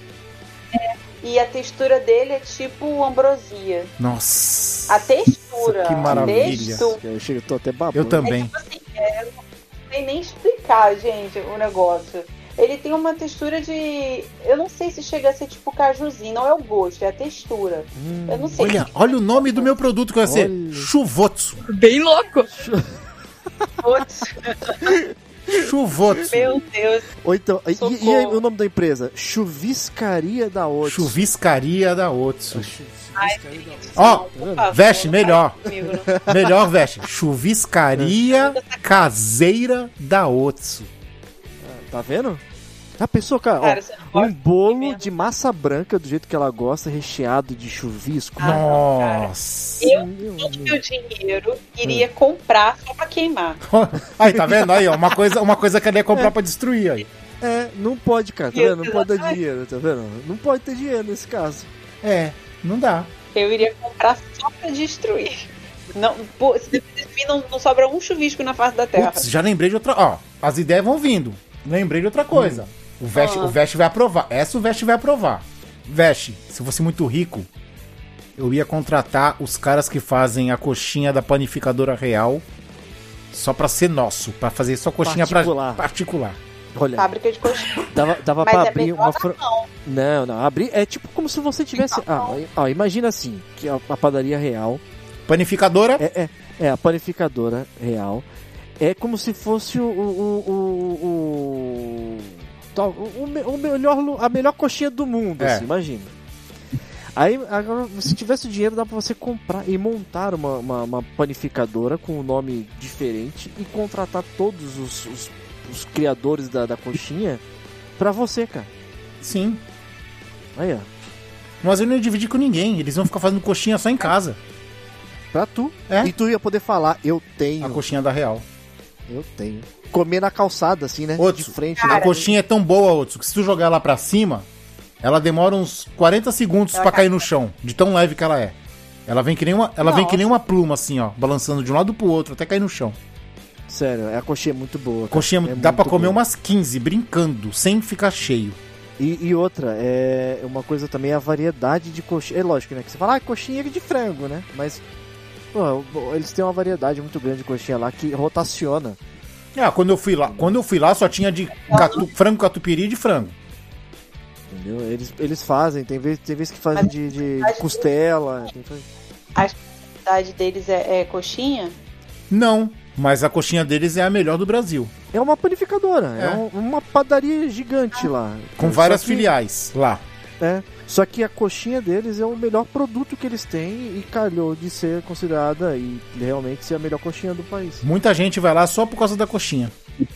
E a textura dele é tipo ambrosia. Nossa. A textura. que maravilha. A textura. Eu chego, tô até babando. Eu também. Tipo assim, é, eu não sei nem explicar, gente, o negócio. Ele tem uma textura de. Eu não sei se chega a ser tipo cajuzinho, não é o gosto, é a textura. Hum, Eu não sei. Olha, olha o nome do meu produto que vai ser Olha. Chuvotsu. Bem louco. Putz, Chuvotsu. meu Deus. Ou então, e, Socorro. e aí o nome da empresa? Chuviscaria da Otsu. Chuviscaria da Otsu. Ai, Ó, não, por favor, veste não melhor. faz comigo, não. Melhor veste. Chuviscaria caseira da Otsu. Tá vendo? Já pensou, cara? Cara, Ó, você não pode um bolo mesmo. de massa branca, do jeito que ela gosta, recheado de chuvisco. Ah, não, cara. Nossa. Eu, Meu todo amigo. meu dinheiro, iria comprar só pra queimar. Aí, tá vendo? Aí, ó, uma coisa, uma coisa que ela ia comprar pra destruir aí. É, não pode, cara, tá Meu vendo? Não pode dar Deus. dinheiro, tá vendo? Não pode ter dinheiro nesse caso. É, não dá. Eu iria comprar só pra destruir. Não, pô, se depender de mim, não, não sobra um chuvisco na face da terra. Putz, já lembrei de outra. Ó, as ideias vão vindo. Lembrei de outra coisa. O Veste, Ah. o Veste vai aprovar. Essa o Veste vai aprovar. Veste, se fosse muito rico, eu ia contratar os caras que fazem a coxinha da panificadora real só pra ser nosso, pra fazer só coxinha Particular. pra particular. Olha, Fábrica de coxinha. dava, dava Mas pra é abrir melhor uma... Fra... não. Não, não, abrir é tipo como se você tivesse... Ah, ó, imagina assim, que a, a padaria real Panificadora, é, é, é a panificadora real. É como se fosse o... o, o, o, tal- o, me- o melhor, lu- a melhor coxinha do mundo, É. assim, imagina. Aí, agora, se tivesse o dinheiro, dá pra você comprar e montar uma, uma, uma panificadora com um nome diferente e contratar todos os, os, os criadores da, da coxinha pra você, cara. sim. Aí, ó. Mas eu não ia dividir com ninguém. Eles vão ficar fazendo coxinha só em casa. Pra tu. É. E tu ia poder falar, eu tenho, A coxinha da real. eu tenho. Comer na calçada, assim, né? Outro. De frente. A né? coxinha é tão boa, Otsu, que se tu jogar ela pra cima, ela demora uns quarenta segundos pra cair no chão, de tão leve que ela é. Ela vem que nem uma, ela vem que nem uma pluma assim, ó, balançando de um lado pro outro até cair no chão. Sério, a coxinha é muito boa. cara. Coxinha É dá pra muito comer boa. umas quinze brincando, sem ficar cheio. E, e outra, é uma coisa também é a variedade de coxinha. É lógico, né? Que você fala, ah, coxinha de frango, né? Mas, pô, eles têm uma variedade muito grande de coxinha lá que rotaciona. Ah, quando eu fui lá, quando eu fui lá só tinha de catu- frango catupiry e de frango. Entendeu? Eles, eles fazem, tem vezes tem vez que fazem de, de costela. Tem vez- A especialidade deles é, é coxinha? Não, mas a coxinha deles é a melhor do Brasil, É uma panificadora, é, É. um- uma padaria gigante lá. com Só várias que- filiais lá. É, só que a coxinha deles é o melhor produto que eles têm e calhou de ser considerada e realmente ser a melhor coxinha do país. Muita gente vai lá só por causa da coxinha.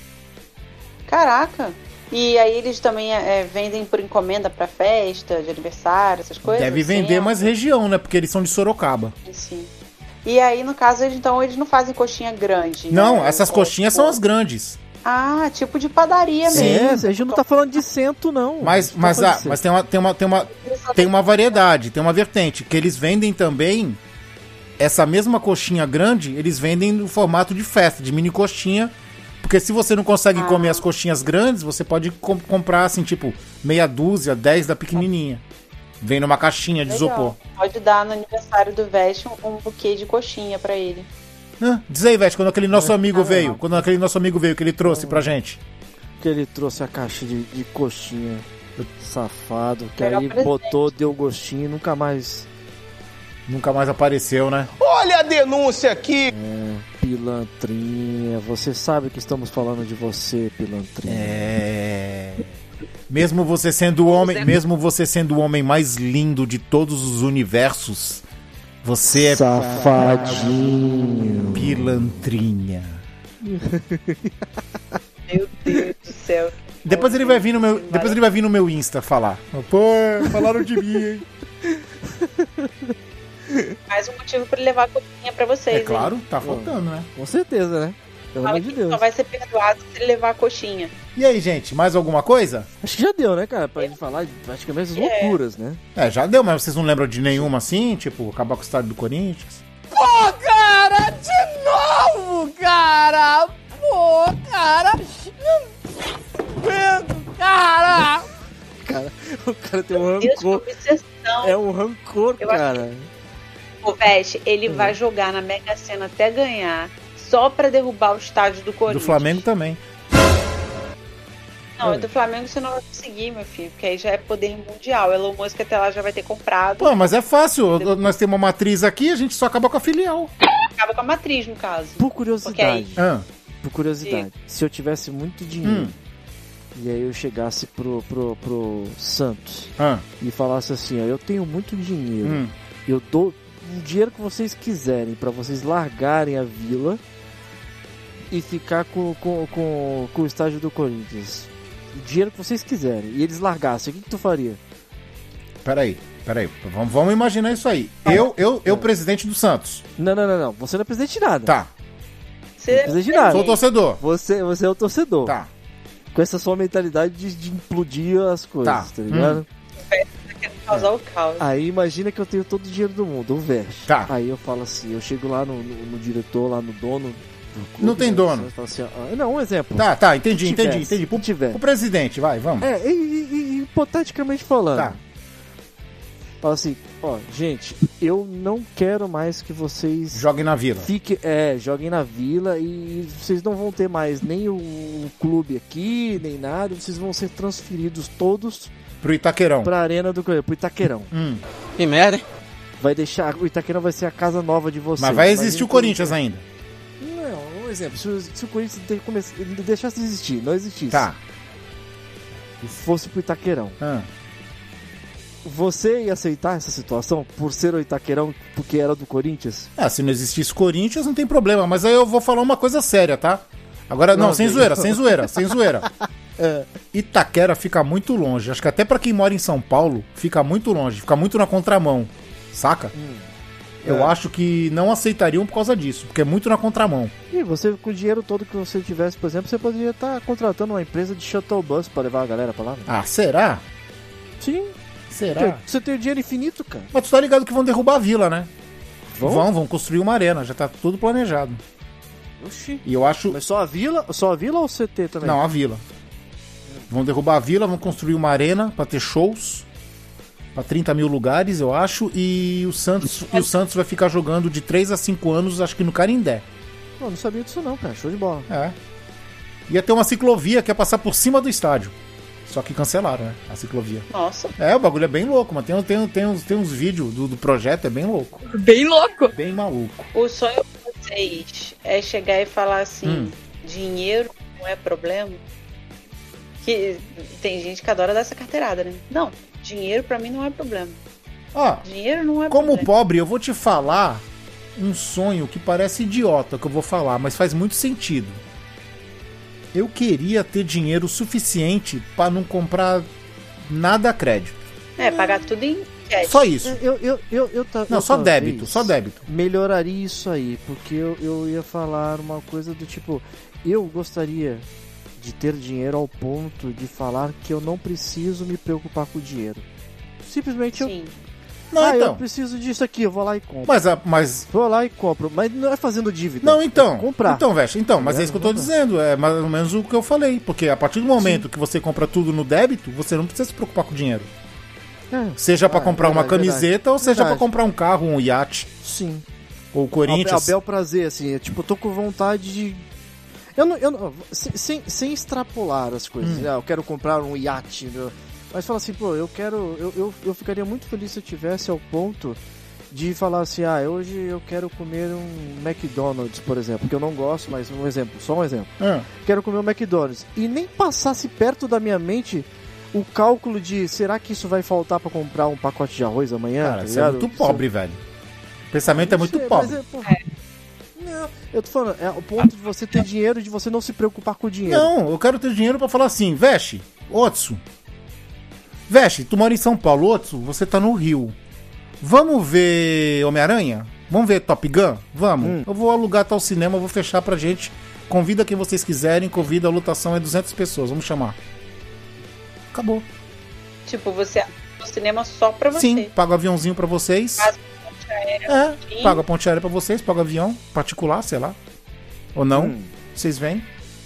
Caraca! E aí eles também é, vendem por encomenda pra festa, de aniversário, essas coisas? Deve assim, vender é? mais região, né? Porque eles são de Sorocaba. Sim. E aí, no caso, eles, então, eles não fazem coxinha grande, Não, né? essas É, coxinhas tipo- são as grandes. Ah, tipo de padaria Sim. mesmo. É, a gente não tá falando de cento, não. Mas, A gente tá mas, falando ah, de cento. mas tem, uma, tem, uma, tem, uma, tem uma variedade, tem uma vertente. Que eles vendem também essa mesma coxinha grande, eles vendem no formato de festa, de mini coxinha. Porque se você não consegue Ah. comer as coxinhas grandes, você pode com- comprar assim, tipo, meia dúzia, dez da pequenininha. Vem numa caixinha de Legal. isopor. Pode dar no aniversário do Veste um, um buquê de coxinha pra ele. Ah, diz aí, Vete, quando aquele nosso amigo tá veio, legal. quando aquele nosso amigo veio, que ele trouxe pra gente. Que ele trouxe a caixa de, de coxinha. Safado, que Melhor aí presente. botou, deu gostinho e nunca mais. Nunca mais apareceu, né? Olha a denúncia aqui! É, pilantrinha, você sabe que estamos falando de você, pilantrinha. É. Mesmo você sendo o homem, mesmo você sendo o homem mais lindo de todos os universos, você é Safadinho. pilantrinha. Meu Deus do céu. Depois ele vai vir no meu, depois ele vai vir no meu Insta falar. Pô, falaram de mim, hein? Mais um motivo pra ele levar a coxinha pra vocês, É hein? claro, tá faltando, né? Com certeza, né? Pelo Fala amor de que só Deus. vai ser perdoado se ele levar a coxinha. E aí, gente, mais alguma coisa? Acho que já deu, né, cara? Pra gente falar de praticamente essas É. loucuras, né? É, já deu, mas vocês não lembram de nenhuma assim? Tipo, acabar com o estádio do Corinthians? Pô, cara, de novo, cara! Pô, cara! Não... Cara! Cara, o cara tem um Meu Deus, que rancor. obsessão. É um rancor, Eu acho cara. O Veste, ele Uhum. vai jogar na Mega Sena até ganhar, só pra derrubar o estádio do Do Corinthians. Flamengo também. Não, do Flamengo você não vai conseguir, meu filho, porque aí já é poder mundial. Elon Musk até lá já vai ter comprado. Pô, mas é fácil. Nós temos uma matriz aqui, a gente só acaba com a filial. Acaba com a matriz, no caso. Por Porque curiosidade, aí- Ah, por curiosidade, se eu tivesse muito dinheiro Hum. e aí eu chegasse pro, pro, pro Santos ah, e falasse assim, ó, eu tenho muito dinheiro, hum. eu dou o dinheiro que vocês quiserem pra vocês largarem a Vila e ficar com, com, com, com o estádio do Corinthians. O dinheiro que vocês quiserem. E eles largassem, o que, que tu faria? Peraí, peraí. Vamos, vamos imaginar isso aí. Eu, eu, eu, presidente do Santos. Não, não, não, não. Você não é presidente de nada. Tá. Você Não é presidente de nada. Sou torcedor. Você, você é o torcedor. Tá. Com essa sua mentalidade de, de implodir as coisas, Tá. tá, ligado? Hum. causar o caos. Aí imagina que eu tenho todo o dinheiro do mundo, o Vest. Tá. Aí eu falo assim, eu chego lá no, no, no diretor, lá no dono do clube, Não tem né, dono. eu falo assim, ah, não, um exemplo. Tá, tá, entendi, Se entendi, tivesse, entendi. Pro, se tiver. pro presidente, vai, vamos. É, e, e, e hipoteticamente falando. Tá. Fala assim, ó, gente, eu não quero mais que vocês Joguem na Vila. fiquem, é, joguem na Vila e vocês não vão ter mais nem o, o clube aqui, nem nada, vocês vão ser transferidos todos Pro Itaquerão. pra Arena do Corinthians, pro Itaquerão. Hum. Que merda, hein? Vai deixar, o Itaquerão vai ser a casa nova de vocês. Mas vai existir Imagina o Corinthians que- ainda. Não, um exemplo, se, o- se o Corinthians de- comece- deixasse de existir, não existisse, Tá. e fosse pro Itaquerão, Ah. você ia aceitar essa situação por ser o Itaquerão porque era do Corinthians? Ah, se não existisse Corinthians, não tem problema. Mas aí eu vou falar uma coisa séria, tá? Agora, não, Não, sem ok. zoeira, sem zoeira, sem zoeira. É, Itaquera fica muito longe. Acho que até pra quem mora em São Paulo, fica muito longe. Fica muito na contramão. Saca? Eu É. acho que não aceitariam por causa disso. Porque é muito na contramão. E você, com o dinheiro todo que você tivesse, por exemplo, você poderia estar contratando uma empresa de shuttle bus pra levar a galera pra lá. Né? Ah, será? Sim. Será? Você tem o dinheiro infinito, cara. Mas tu tá ligado que vão derrubar a vila, né? Vão? Vão, vão construir uma arena. Já tá tudo planejado. Oxi. E eu acho... Mas só a vila? Só a vila ou o C T também? Não, a vila. Vão derrubar a vila, vão construir uma arena pra ter shows. Pra trinta mil lugares, eu acho. E o Santos, e o Santos vai ficar jogando de três a cinco anos, acho que no Carindé. Pô, não sabia disso não, cara. Show de bola. É. Ia ter uma ciclovia que ia passar por cima do estádio. Só que cancelaram, né? A ciclovia. Nossa. É, o bagulho é bem louco, mas tem, tem, tem, uns, tem uns vídeos do, do projeto, é bem louco. Bem louco. Bem maluco. O sonho de vocês é chegar e falar assim, Hum. dinheiro não é problema? Que tem gente que adora dar essa carteirada, né? Não, dinheiro pra mim não é problema. Ó, Dinheiro não é como problema. pobre, eu vou te falar um sonho que parece idiota que eu vou falar, mas faz muito sentido. Eu queria ter dinheiro suficiente pra não comprar nada a crédito. É, pagar tudo em cash. Só isso. Eu, eu, eu, eu, ta- Não, eu só talvez débito, só débito. melhoraria isso aí, porque eu, eu ia falar uma coisa do tipo, eu gostaria de ter dinheiro ao ponto de falar que eu não preciso me preocupar com o dinheiro. Simplesmente eu, Sim. Não, ah, eu então. preciso disso aqui, eu vou lá e compro. Mas, a- mas Vou lá e compro, mas não é fazendo dívida. Não, então. é comprar. Então, Veste, então, mas É, é isso que eu tô comprar. dizendo. É mais ou menos o que eu falei. Porque a partir do momento que você compra tudo no débito, você não precisa se preocupar com o dinheiro. É. Seja pra Ah, comprar uma verdade, camiseta verdade. ou seja pra Verdade. comprar um carro, um iate. Sim. Ou o A, Corinthians. a bel prazer, assim, é, tipo, eu tô com vontade de. Eu não. Eu não sem, sem, sem extrapolar as coisas. Hum. Ah, eu quero comprar um iate. Né? Mas fala assim, pô, eu quero. Eu, eu, eu ficaria muito feliz se eu tivesse ao ponto de falar assim, ah, hoje eu quero comer um McDonald's, por exemplo. Que eu não gosto, mas um exemplo, só um exemplo. Ah, Quero comer um McDonald's. E nem passasse perto da minha mente o cálculo de será que isso vai faltar pra comprar um pacote de arroz amanhã? cara, tá isso é ligado? muito pobre, velho. O pensamento é muito Sei, pobre. mas é, porra, Não, eu tô falando, é o ponto de você ter dinheiro e de você não se preocupar com o dinheiro. Não, eu quero ter dinheiro pra falar assim, Veste, Otsu. Veste, tu mora em São Paulo, Otsu, você tá no Rio. Vamos ver Homem-Aranha? Vamos ver Top Gun? Vamos. Hum. Eu vou alugar tal cinema, vou fechar pra gente. Convida quem vocês quiserem, convida, a lotação é duzentas pessoas, vamos chamar. Acabou. Tipo, você abre o cinema só pra você. Sim, paga o aviãozinho pra vocês. Faz ponte aérea. É, Sim. paga a ponte aérea pra vocês, paga o avião particular, sei lá. Ou não, Hum. vocês vêm.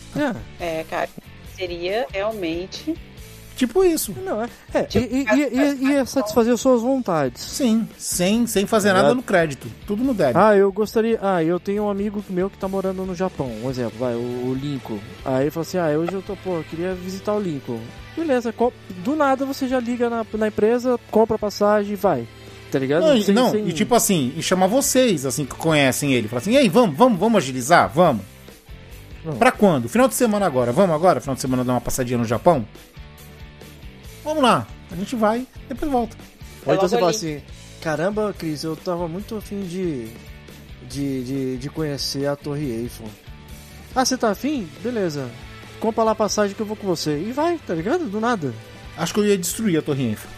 É, É, cara, seria realmente... Tipo isso. não, é. é e, e, e, e, e é satisfazer as suas vontades. Sim, sem, sem fazer nada no crédito. Tudo no débito. Ah, eu gostaria. Ah, eu tenho um amigo meu que tá morando no Japão, um exemplo, vai, o, o Lincoln. Aí ele falou assim: ah, hoje eu tô, pô, eu queria visitar o Lincoln. Beleza, co- do nada você já liga na, na empresa, compra a passagem e vai. Tá ligado? Não, e- Sem- não, sem- e tipo assim, e chamar vocês, assim, que conhecem ele. Falar assim, e aí, vamos, vamos, vamos agilizar? Vamos. Não. Pra quando? Final de semana agora. Vamos agora? Final de semana dar uma passadinha no Japão? Vamos lá. A gente vai, depois volta. Ou então logo você fala ali. assim: Caramba, Cris, eu tava muito afim de, de, de, de conhecer a Torre Eiffel. Ah, você tá afim? Beleza. Compra lá a passagem que eu vou com você. E vai, tá ligado? Do nada. Acho que eu ia destruir a Torre Eiffel.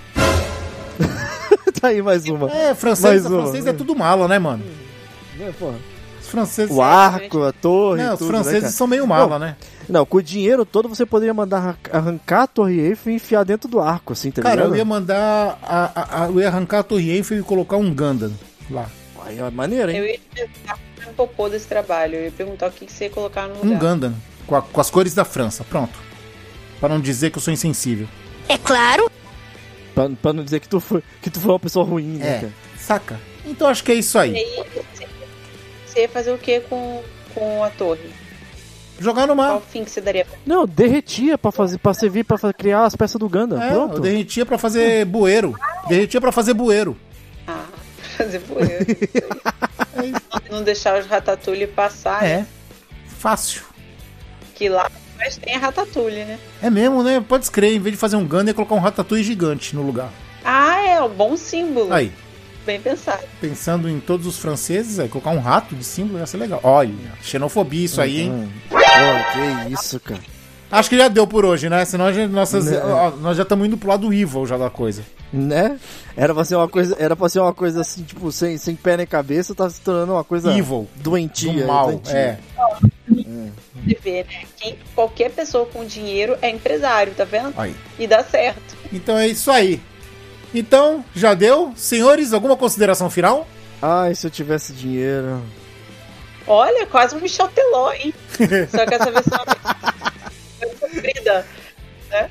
Tá aí mais uma. É, francês, mais a uma. francês é tudo mala, né, mano? É, porra. Os franceses... O arco, a torre, Não, os tudo, franceses né, são meio mala, não, né? Não, com o dinheiro todo você poderia mandar arrancar a Torre Eiffel e enfiar dentro do arco, assim, tá Cara, ligado? eu ia mandar... A, a, a, eu ia arrancar a Torre Eiffel e colocar um Gundam lá. Aí é maneiro, hein? Eu ia perguntar um popô desse trabalho. Eu ia perguntar o que que você ia colocar no lugar. Um Gundam. Com, a, com as cores da França. Pronto. Pra não dizer que eu sou insensível. É claro. Pra, pra não dizer que tu, foi, que tu foi uma pessoa ruim, né, É, cara? saca? Então acho que é isso aí. E aí, você ia fazer o que com, com a torre? Jogar no mar. Qual fim que você daria pra... Não, derretia pra, fazer, pra servir pra fa- criar as peças do Gundam. É, Pronto. eu derretia pra fazer bueiro. Derretia pra fazer bueiro. Ah, fazer poeira. Não deixar os Ratatouille passar, É. né? Fácil. Que lá mas tem a Ratatouille, né? É mesmo, né? Pode escrever, em vez de fazer um Gundam, ia colocar um Ratatouille gigante no lugar. Ah, é, um bom símbolo. Aí, Bem pensado. pensando em todos os franceses, aí colocar um rato de símbolo ia ser legal. Olha, xenofobia isso aí, hein? Hum. Pô, que isso, cara. Acho que já deu por hoje, né? Senão a gente- nossas, Né? ó, nós já estamos indo pro lado evil já da coisa. Né? Era pra ser uma coisa, era pra ser uma coisa assim, tipo, sem, sem pé nem cabeça, tá se tornando uma coisa Evil. doentia. Do mal, doentia. é. Você vê, né? Quem, qualquer pessoa com dinheiro é empresário, tá vendo? Aí. E dá certo. Então é isso aí. Então, já deu? Senhores, alguma consideração final? Ai, se eu tivesse dinheiro. Olha, quase um Michel Teló, hein? Só que essa versão é comprida, né?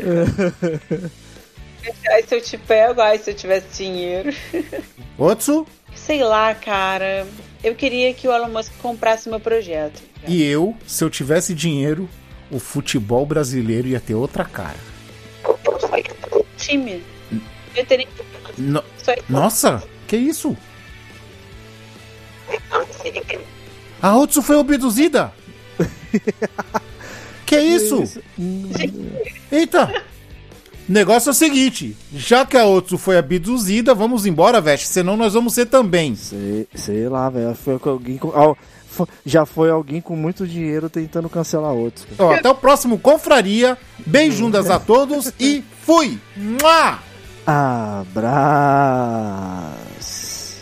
Ai, se eu te pego, ai, se eu tivesse dinheiro. Otsu? Sei lá, cara. Eu queria que o Elon Musk comprasse meu projeto. E eu, se eu tivesse dinheiro, o futebol brasileiro ia ter outra cara. Time. Eu teria... No- Só- Nossa, que isso? A Otsu foi abduzida? Que isso? Eita! O negócio é o seguinte, já que a Otsu foi abduzida, vamos embora, Veste, senão nós vamos ser também. Sei, sei lá, velho. Foi com alguém com. Al- fo- Já foi alguém com muito dinheiro tentando cancelar outros. cara. Ó, até o próximo Confraria, beijundas a todos e fui! Mua! Abraço.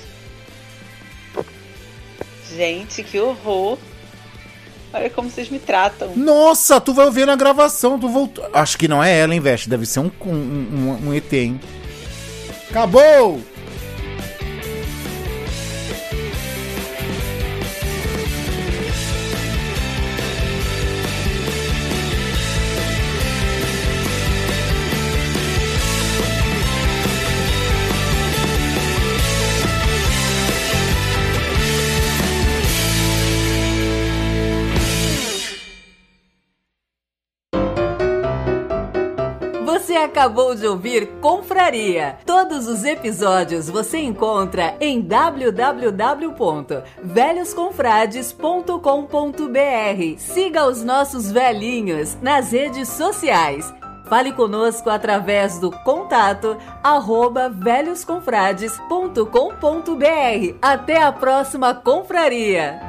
Gente, que horror. Olha como vocês me tratam. Nossa, tu vai ouvir na gravação, tu voltou. Acho que não é ela, hein, Veste, deve ser um, um, um, um E T, hein. Acabou! Você acabou de ouvir Confraria. Todos os episódios você encontra em w w w ponto velhos confrades ponto com ponto b r. Siga os nossos velhinhos nas redes sociais. Fale conosco através do contato arroba velhos confrades ponto com ponto b r. Até a próxima confraria!